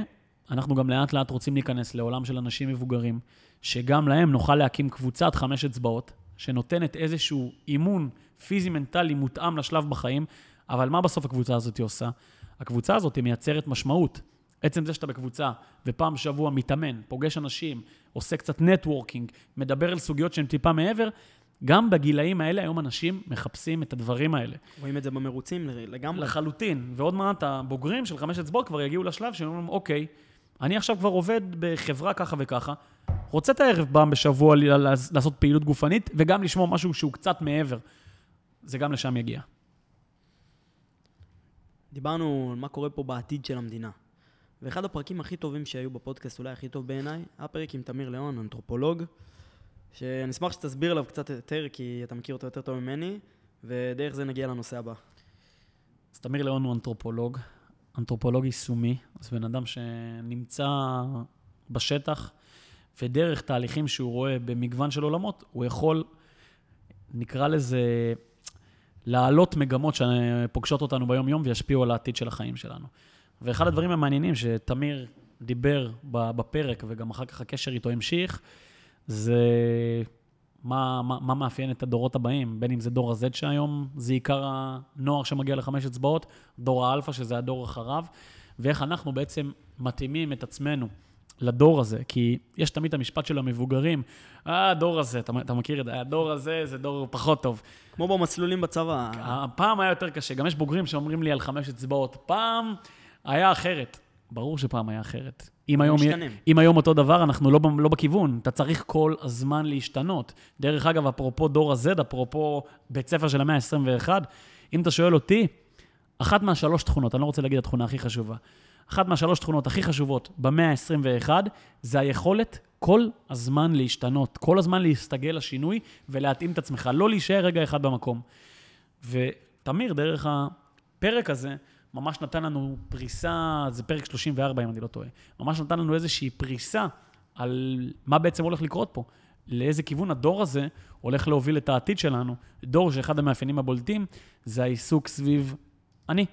אנחנו גם לאט לאט רוצים להיכנס לעולם של אנשים מבוגרים, שגם להם נוכל להקים קבוצת חמש אצבעות, שנותנת איזשהו אימון פיזי-מנטלי מותאם לשלב בחיים, אבל מה בסוף הקבוצה הזאת עושה? הקבוצה הזאת מייצרת משמעות. עצם זה שאתה בקבוצה, ופעם שבוע מתאמן, פוגש אנשים, עושה קצת נטוורקינג, מדבר על סוגיות שהן טיפה מעבר, גם בגילאים האלה היום אנשים מחפשים את הדברים האלה. רואים את זה במרוצים לגמרי. לחלוטין. ועוד מעט הבוגרים של חמש אצבעות כבר יגיעו לשלב שהם אומרים, אוקיי, אני עכשיו כבר עובד בחברה ככה וככה, רוצה את הערב פעם בשבוע לעשות פעילות גופנית, וגם לשמוע משהו שהוא קצת מעבר. זה גם לשם יגיע. דיברנו על מה קורה פה בעתיד של המדינה. ואחד הפרקים הכי טובים שהיו בפודקאסט, אולי הכי טוב בעיניי, הפרק עם תמיר ליאון, אנתרופולוג, שאני אשמח שתסביר עליו קצת יותר, כי אתה מכיר אותו יותר טוב ממני, ודרך זה נגיע לנושא הבא. אז תמיר ליאון הוא אנתרופולוג, אנתרופולוג יישומי, אז בן אדם שנמצא בשטח, ודרך תהליכים שהוא רואה במגוון של עולמות, הוא יכול, נקרא לזה, להעלות מגמות שפוגשות אותנו ביום יום, וישפיעו על העתיד של החיים שלנו. ואחד הדברים המעניינים שתמיר דיבר בפרק, וגם אחר כך הקשר איתו המשיך, זה מה, מה, מה מאפיין את הדורות הבאים, בין אם זה דור ה-Z שהיום זה עיקר הנוער שמגיע לחמש אצבעות, דור האלפא שזה הדור אחריו, ואיך אנחנו בעצם מתאימים את עצמנו לדור הזה, כי יש תמיד את המשפט של המבוגרים, אה, הדור הזה, אתה, אתה מכיר את זה, הדור הזה זה דור פחות טוב. כמו במסלולים בצבא. הפעם היה יותר קשה, גם יש בוגרים שאומרים לי על חמש אצבעות, פעם היה אחרת. ברור שפעם היה אחרת. אם היום, אם היום אותו דבר, אנחנו לא, לא בכיוון. אתה צריך כל הזמן להשתנות. דרך אגב, אפרופו דור ה-Z, אפרופו בית ספר של המאה ה-עשרים ואחת, אם אתה שואל אותי, אחת מהשלוש תכונות, אני לא רוצה להגיד התכונה הכי חשובה, אחת מהשלוש תכונות הכי חשובות במאה ה-עשרים ואחת, זה היכולת כל הזמן להשתנות, כל הזמן להסתגל לשינוי ולהתאים את עצמך, לא להישאר רגע אחד במקום. ותמיר, דרך הפרק הזה, ממש נתן לנו פריסה, זה פרק שלושים וארבע אם אני לא טועה, ממש נתן לנו איזושהי פריסה על מה בעצם הולך לקרות פה, לאיזה כיוון הדור הזה הולך להוביל את העתיד שלנו. דור שאחד המאפיינים הבולטים זה העיסוק סביב אני,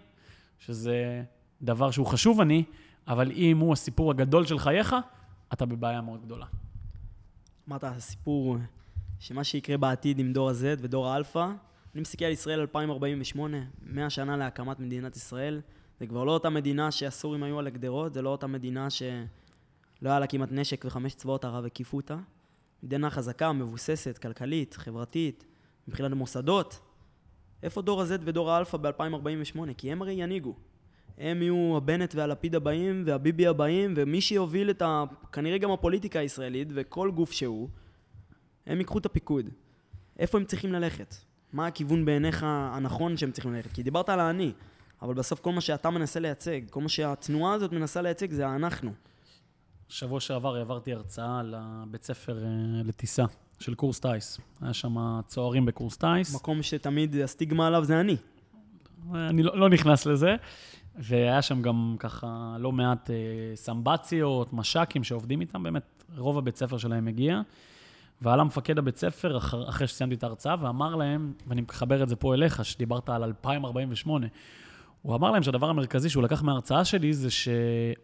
שזה דבר שהוא חשוב אני, אבל אם הוא הסיפור הגדול של חייך, אתה בבעיה מאוד גדולה. אמרת, הסיפור שמה שיקרה בעתיד עם דור ה-Z ודור האלפא, אני מסתכל על ישראל אלפיים ארבעים ושמונה, מאה שנה להקמת מדינת ישראל, זה כבר לא אותה מדינה שהסורים היו על הגדרות, זה לא אותה מדינה שלא היה לה כמעט נשק וחמש צבאות ערב הקיפו אותה. מדינה חזקה, מבוססת, כלכלית, חברתית, מבחינת המוסדות. איפה דור ה-Z ודור האלפא ב-אלפיים ארבעים ושמונה? כי הם הרי ינהיגו. הם יהיו הבנט והלפיד הבאים והביבי הבאים, ומי שיוביל את ה... כנראה גם הפוליטיקה הישראלית וכל גוף שהוא, הם ייקחו את הפיקוד. איפה הם צריכים ללכת? מה הכיוון בעיניך הנכון שהם צריכים ללכת? כי דיברת על האני, אבל בסוף כל מה שאתה מנסה לייצג, כל מה שהתנועה הזאת מנסה לייצג זה אנחנו. שבוע שעבר העברתי הרצאה לבית ספר לטיסה של קורס טייס. היה שם צוערים בקורס טייס. מקום שתמיד הסטיגמה עליו זה אני. אני לא, לא נכנס לזה. והיה שם גם ככה לא מעט אה, סמבציות, משקים שעובדים איתם, באמת רוב הבית ספר שלהם הגיע. ועלה מפקד הבית ספר אחר, אחרי שסיימתי את ההרצאה, ואמר להם, ואני מחבר את זה פה אליך, שדיברת על אלפיים ארבעים ושמונה, הוא אמר להם שהדבר המרכזי שהוא לקח מההרצאה שלי, זה ש...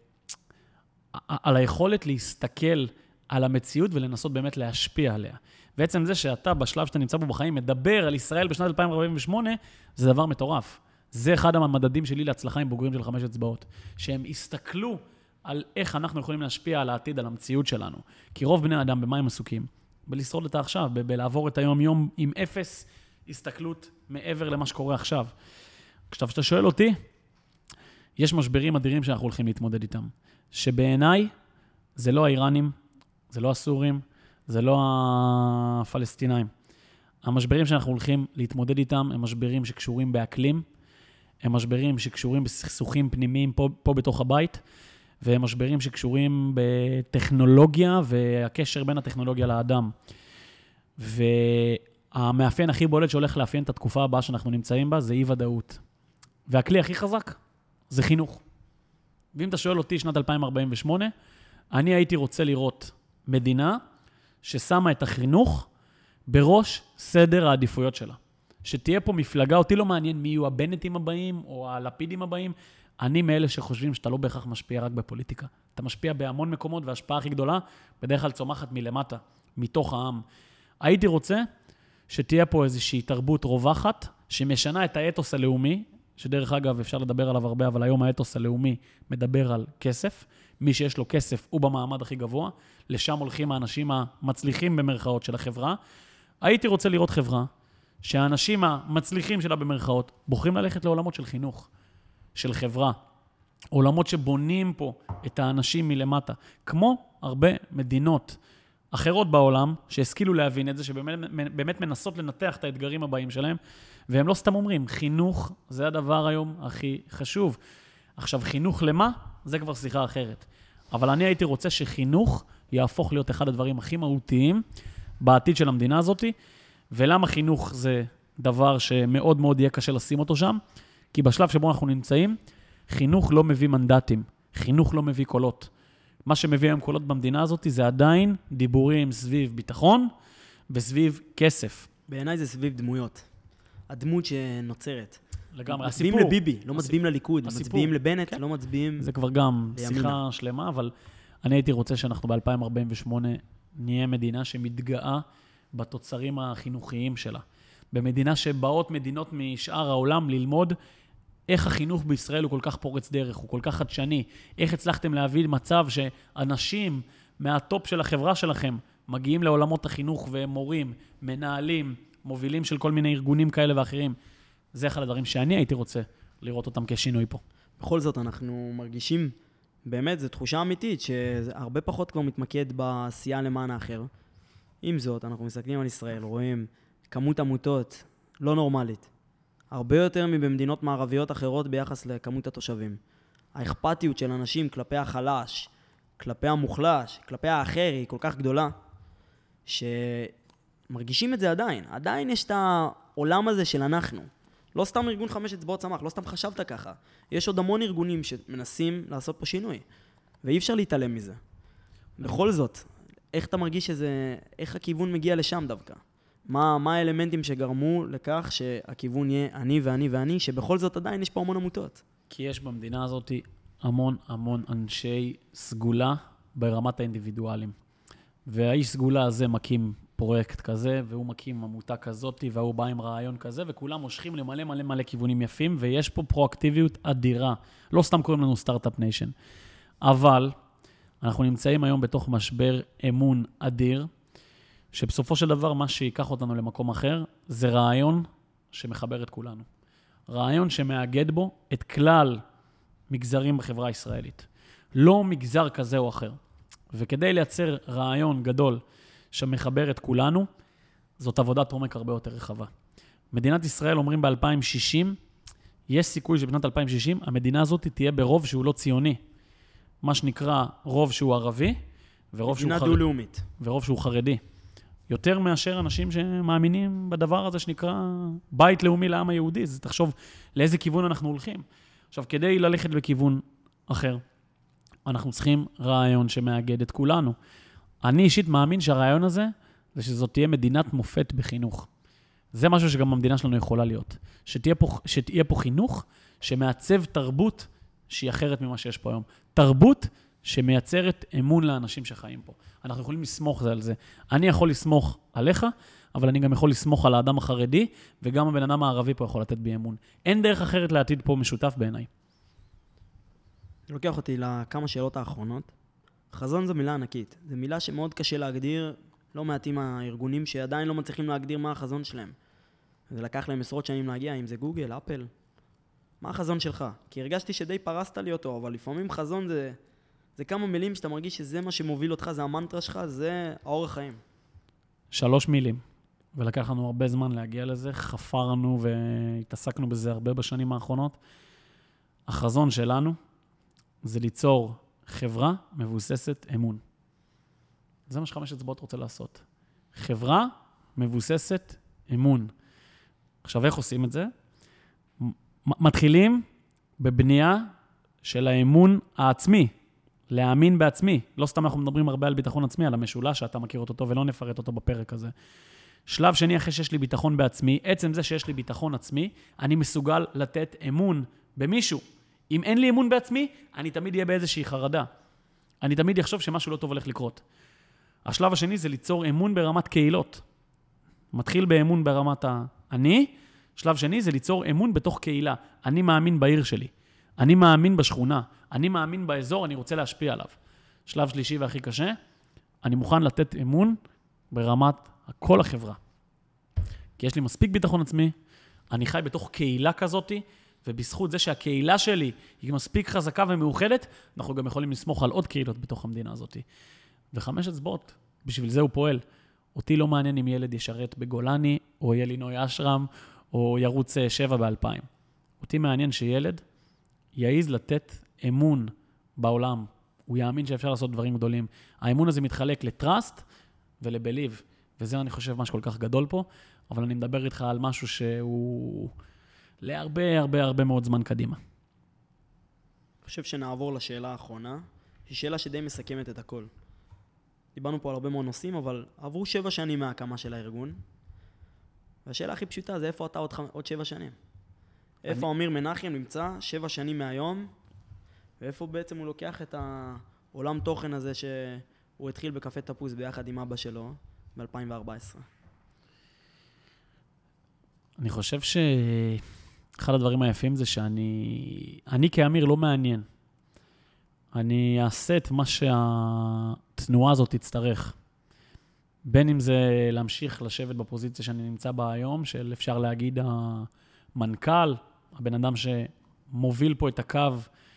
על היכולת להסתכל על המציאות ולנסות באמת להשפיע עליה. בעצם זה שאתה בשלב שאתה נמצא בו בחיים מדבר על ישראל בשנת אלפיים ארבעים ושמונה, זה דבר מטורף. זה אחד המדדים שלי להצלחה עם בוגרים של חמש אצבעות, שהם הסתכלו על איך אנחנו יכולים להשפיע על העתיד, על המציאות שלנו. כי רוב בני האדם במה הם עסוקים? בלשרוד את העכשיו, ב- בלעבור את היום-יום עם אפס הסתכלות מעבר למה שקורה עכשיו. כשאתה שואל אותי, יש משברים אדירים שאנחנו הולכים להתמודד איתם. שבעיניי זה לא האיראנים, זה לא הסורים, זה לא הפלסטינאים. המשברים שאנחנו הולכים להתמודד איתם הם משברים שקשורים באקלים, הם משברים שקשורים בסכסוכים פנימיים פה, פה בתוך הבית, והם משברים שקשורים בטכנולוגיה והקשר בין הטכנולוגיה לאדם. והמאפיין הכי בולט שהולך לאפיין את התקופה הבאה שאנחנו נמצאים בה זה אי-ודאות. והכלי הכי חזק זה חינוך. ואם אתה שואל אותי שנת אלפיים ארבעים ושמונה, אני הייתי רוצה לראות מדינה ששמה את החינוך בראש סדר העדיפויות שלה. שתהיה פה מפלגה, אותי לא מעניין מי יהיו הבנטים הבאים או הלפידים הבאים, אני מאלה שחושבים שאתה לא בהכרח משפיע רק בפוליטיקה. אתה משפיע בהמון מקומות, וההשפעה הכי גדולה בדרך כלל צומחת מלמטה, מתוך העם. הייתי רוצה שתהיה פה איזושהי תרבות רווחת, שמשנה את האתוס הלאומי, שדרך אגב אפשר לדבר עליו הרבה, אבל היום האתוס הלאומי מדבר על כסף. מי שיש לו כסף הוא במעמד הכי גבוה, לשם הולכים האנשים המצליחים במרכאות של החברה. הייתי רוצה לראות חברה שהאנשים המצליחים שלה במרכאות בוחרים ללכת לעולמות של חינוך, של חברה, עולמות שבונים פה את האנשים מלמטה, כמו הרבה מדינות אחרות בעולם שהשכילו להבין את זה, שבאמת באמת מנסות לנתח את האתגרים הבאים שלהם, והם לא סתם אומרים, חינוך זה הדבר היום הכי חשוב. עכשיו, חינוך למה? זה כבר שיחה אחרת. אבל אני הייתי רוצה שחינוך יהפוך להיות אחד הדברים הכי מהותיים בעתיד של המדינה הזאת. ולמה חינוך זה דבר שמאוד מאוד יהיה קשה לשים אותו שם? כי בשלב שבו אנחנו נמצאים, חינוך לא מביא מנדטים, חינוך לא מביא קולות. מה שמביא היום קולות במדינה הזאת זה עדיין דיבורים סביב ביטחון וסביב כסף. בעיניי זה סביב דמויות. הדמות שנוצרת. לגמרי, מצביעים הסיפור. לביבי, לא מצביעים לליכוד, הסיפור. מצביעים לבנט, כן. לא מצביעים... זה כבר גם לימינה. שיחה שלמה, אבל אני הייתי רוצה שאנחנו ב-אלפיים ארבעים ושמונה נהיה מדינה שמתגאה בתוצרים החינוכיים שלה. במדינה שבאות מדינות משאר העולם ללמוד איך החינוך בישראל הוא כל כך פורץ דרך, הוא כל כך חדשני, איך הצלחתם להביא מצב שאנשים מהטופ של החברה שלכם מגיעים לעולמות החינוך והם מורים, מנהלים, מובילים של כל מיני ארגונים כאלה ואחרים. זה אחד הדברים שאני הייתי רוצה לראות אותם כשינוי פה. בכל זאת, אנחנו מרגישים, באמת, זו תחושה אמיתית, שהרבה פחות כבר מתמקד בעשייה למען האחר. עם זאת, אנחנו מסתכלים על ישראל, רואים כמות עמותות לא נורמלית. הרבה יותר מבמדינות מערביות אחרות ביחס לכמות התושבים. האכפתיות של אנשים כלפי החלש, כלפי המוחלש, כלפי האחר היא כל כך גדולה, שמרגישים את זה עדיין. עדיין יש את העולם הזה של אנחנו. לא סתם ארגון חמש אצבעות צמח, לא סתם חשבת ככה. יש עוד המון ארגונים שמנסים לעשות פה שינוי, ואי אפשר להתעלם מזה. בכל זאת, איך אתה מרגיש שזה, איך הכיוון מגיע לשם דווקא? מה, מה האלמנטים שגרמו לכך שהכיוון יהיה אני ואני ואני, שבכל זאת עדיין יש פה המון עמותות? כי יש במדינה הזאת המון המון אנשי סגולה ברמת האינדיבידואלים. והאיש סגולה הזה מקים פרויקט כזה, והוא מקים עמותה כזאת, והוא בא עם רעיון כזה, וכולם מושכים למלא מלא מלא כיוונים יפים, ויש פה פרואקטיביות אדירה. לא סתם קוראים לנו סטארט-אפ ניישן. אבל אנחנו נמצאים היום בתוך משבר אמון אדיר, שבסופו של דבר מה שיקח אותנו למקום אחר, זה רעיון שמחבר את כולנו. רעיון שמאגד בו את כלל מגזרים בחברה הישראלית. לא מגזר כזה או אחר. וכדי לייצר רעיון גדול שמחבר את כולנו, זאת עבודת עומק הרבה יותר רחבה. מדינת ישראל אומרים ב-אלפיים שישים, יש סיכוי שבנת אלפיים שישים המדינה הזאת תהיה ברוב שהוא לא ציוני. מה שנקרא רוב שהוא ערבי, ורוב שהוא, חר... ורוב שהוא חרדי. יותר מאשר אנשים שמאמינים בדבר הזה שנקרא בית לאומי לעם היהודי. אז תחשוב לאיזה כיוון אנחנו הולכים. עכשיו, כדי ללכת בכיוון אחר, אנחנו צריכים רעיון שמאגד את כולנו. אני אישית מאמין שהרעיון הזה, זה שזאת תהיה מדינת מופת בחינוך. זה משהו שגם המדינה שלנו יכולה להיות. שתהיה פה, שתהיה פה חינוך שמעצב תרבות שהיא אחרת ממה שיש פה היום. תרבות שמייצרת אמון לאנשים שחיים פה. אנחנו יכולים לסמוך זה על זה. אני יכול לסמוך עליך, אבל אני גם יכול לסמוך על האדם החרדי, וגם הבן אדם הערבי פה יכול לתת בי אמון. אין דרך אחרת לעתיד פה משותף בעיניי. זה לוקח אותי לכמה שאלות האחרונות. חזון זו מילה ענקית. זו מילה שמאוד קשה להגדיר, לא מעטים הארגונים שעדיין לא מצליחים להגדיר מה החזון שלהם. זה לקח להם עשרות שנים להגיע, אם זה גוגל, אפל. מה החזון שלך? כי הרגשתי שדי פרסת לי אותו, אבל לפעמים חזון זה, זה כמה מילים שאתה מרגיש שזה מה שמוביל אותך, זה המנטרה שלך, זה האורח חיים. שלוש מילים. ולקח לנו הרבה זמן להגיע לזה, חפרנו והתעסקנו בזה הרבה בשנים האחרונות. החזון שלנו זה ליצור חברה מבוססת אמון. זה מה שחמש אצבעות רוצה לעשות. חברה מבוססת אמון. עכשיו, איך עושים את זה? מתחילים בבנייה של האמון העצמי, להאמין בעצמי. לא סתם אנחנו מדברים הרבה על ביטחון עצמי, על המשולש שאתה מכיר אותו ולא נפרט אותו בפרק הזה. שלב שני, אחרי שיש לי ביטחון בעצמי, עצם זה שיש לי ביטחון עצמי, אני מסוגל לתת אמון במישהו. אם אין לי אמון בעצמי, אני תמיד אהיה באיזושהי חרדה. אני תמיד אחשוב שמשהו לא טוב הולך לקרות. השלב השני זה ליצור אמון ברמת קהילות. מתחיל באמון ברמת אני, שלב שני זה ליצור אמון בתוך קהילה. אני מאמין בעיר שלי. אני מאמין בשכונה. אני מאמין באזור, אני רוצה להשפיע עליו. שלב שלישי והכי קשה, אני מוכן לתת אמון ברמת כל החברה. כי יש לי מספיק ביטחון עצמי, אני חי בתוך קהילה כזאת, ובזכות זה שהקהילה שלי היא מספיק חזקה ומאוחדת, אנחנו גם יכולים לסמוך על עוד קהילות בתוך המדינה הזאת. וחמש אצבעות, בשביל זה הוא פועל. אותי לא מעניין אם ילד ישרת בגולני, או יהיה לינוי אשרם, או ירוץ שבע באלפיים. אותי מעניין שילד יעיז לתת אמון בעולם. הוא יאמין שאפשר לעשות דברים גדולים. האמון הזה מתחלק לטראסט ולבליב, וזה אני חושב משהו כל כך גדול פה, אבל אני מדבר איתך על משהו שהוא להרבה הרבה הרבה מאוד זמן קדימה. אני חושב שנעבור לשאלה האחרונה, שהיא שאלה שדי מסכמת את הכל. דיברנו פה על הרבה מאוד נושאים, אבל עברו שבע שנים מההקמה של הארגון, והשאלה הכי פשוטה זה איפה אתה עוד, עוד שבע שנים? אני... איפה אמיר מנחם נמצא שבע שנים מהיום, ואיפה בעצם הוא לוקח את העולם תוכן הזה שהוא התחיל בקפה תפוס ביחד עם אבא שלו ב-אלפיים וארבע עשרה? אני חושב שאחד הדברים היפים זה שאני, אני כאמיר לא מעניין. אני אעשה את מה שהתנועה הזאת תצטרך. בין אם זה להמשיך לשבת בפוזיציה שאני נמצא בה היום, של אפשר להגיד המנכ"ל, הבן אדם שמוביל פה את הקו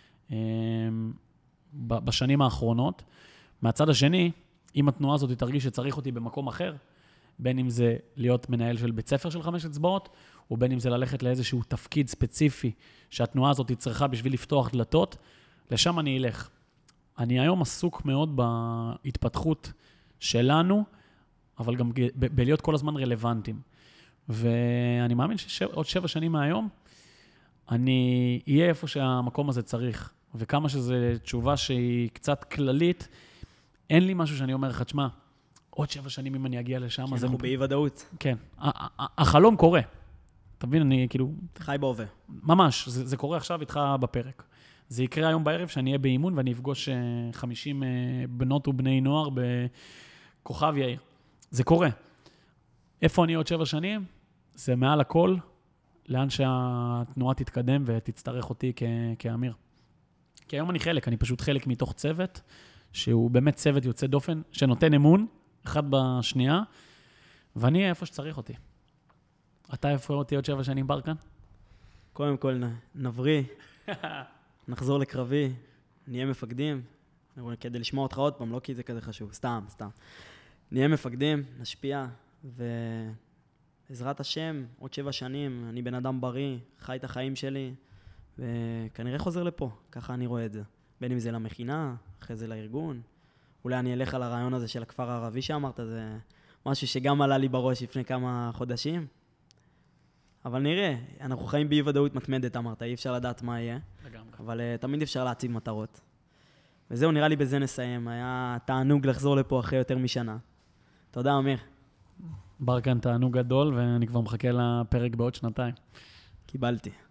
בשנים האחרונות. מהצד השני, אם התנועה הזאת תרגיש שצריך אותי במקום אחר, בין אם זה להיות מנהל של בית ספר של חמש אצבעות, או בין אם זה ללכת לאיזשהו תפקיד ספציפי שהתנועה הזאת צריכה בשביל לפתוח דלתות, לשם אני אלך. אני היום עסוק מאוד בהתפתחות שלנו, אבל גם ב- בלהיות כל הזמן רלוונטיים. ואני מאמין שעוד שבע שנים מהיום, אני אהיה איפה שהמקום הזה צריך. וכמה שזו תשובה שהיא קצת כללית, אין לי משהו שאני אומר לך, תשמע, עוד שבע שנים אם אני אגיע לשם. כי אנחנו באי ודאות. כן. החלום קורה. אתה מבין, אני כאילו... חי בהווה. ממש, זה, זה קורה עכשיו איתך בפרק. זה יקרה היום בערב שאני אהיה באימון ואני אפגוש חמישים בנות ובני נוער בכוכב יאיר. זה קורה. איפה אני עוד שבע שנים? זה מעל הכל, לאן שהתנועה תתקדם ותצטרך אותי כ- כאמיר. כי היום אני חלק, אני פשוט חלק מתוך צוות, שהוא באמת צוות יוצא דופן, שנותן אמון, אחד בשנייה, ואני אהיה איפה שצריך אותי. אתה איפה אותי עוד שבע שנים ברקן? קודם כל נבריא, נחזור לקרבי, נהיה מפקדים, כדי לשמוע אותך עוד פעם, לא כי זה כזה חשוב, סתם, סתם. נהיה מפקדים, נשפיע, ועזרת השם, עוד שבע שנים, אני בן אדם בריא, חי את החיים שלי, וכנראה חוזר לפה, ככה אני רואה את זה. בין אם זה למכינה, אחרי זה לארגון, אולי אני אלך על הרעיון הזה של הכפר הערבי שאמרת, זה משהו שגם עלה לי בראש לפני כמה חודשים. אבל נראה, אנחנו חיים באי ודאות מתמדת, אמרת, אי אפשר לדעת מה יהיה. לגמרי. אבל uh, תמיד אפשר להציב מטרות. וזהו, נראה לי בזה נסיים. היה תענוג לחזור לפה אחרי יותר משנה. תודה, אמיר. ברקן, תענוג גדול, ואני כבר מחכה לפרק בעוד שנתיים. קיבלתי.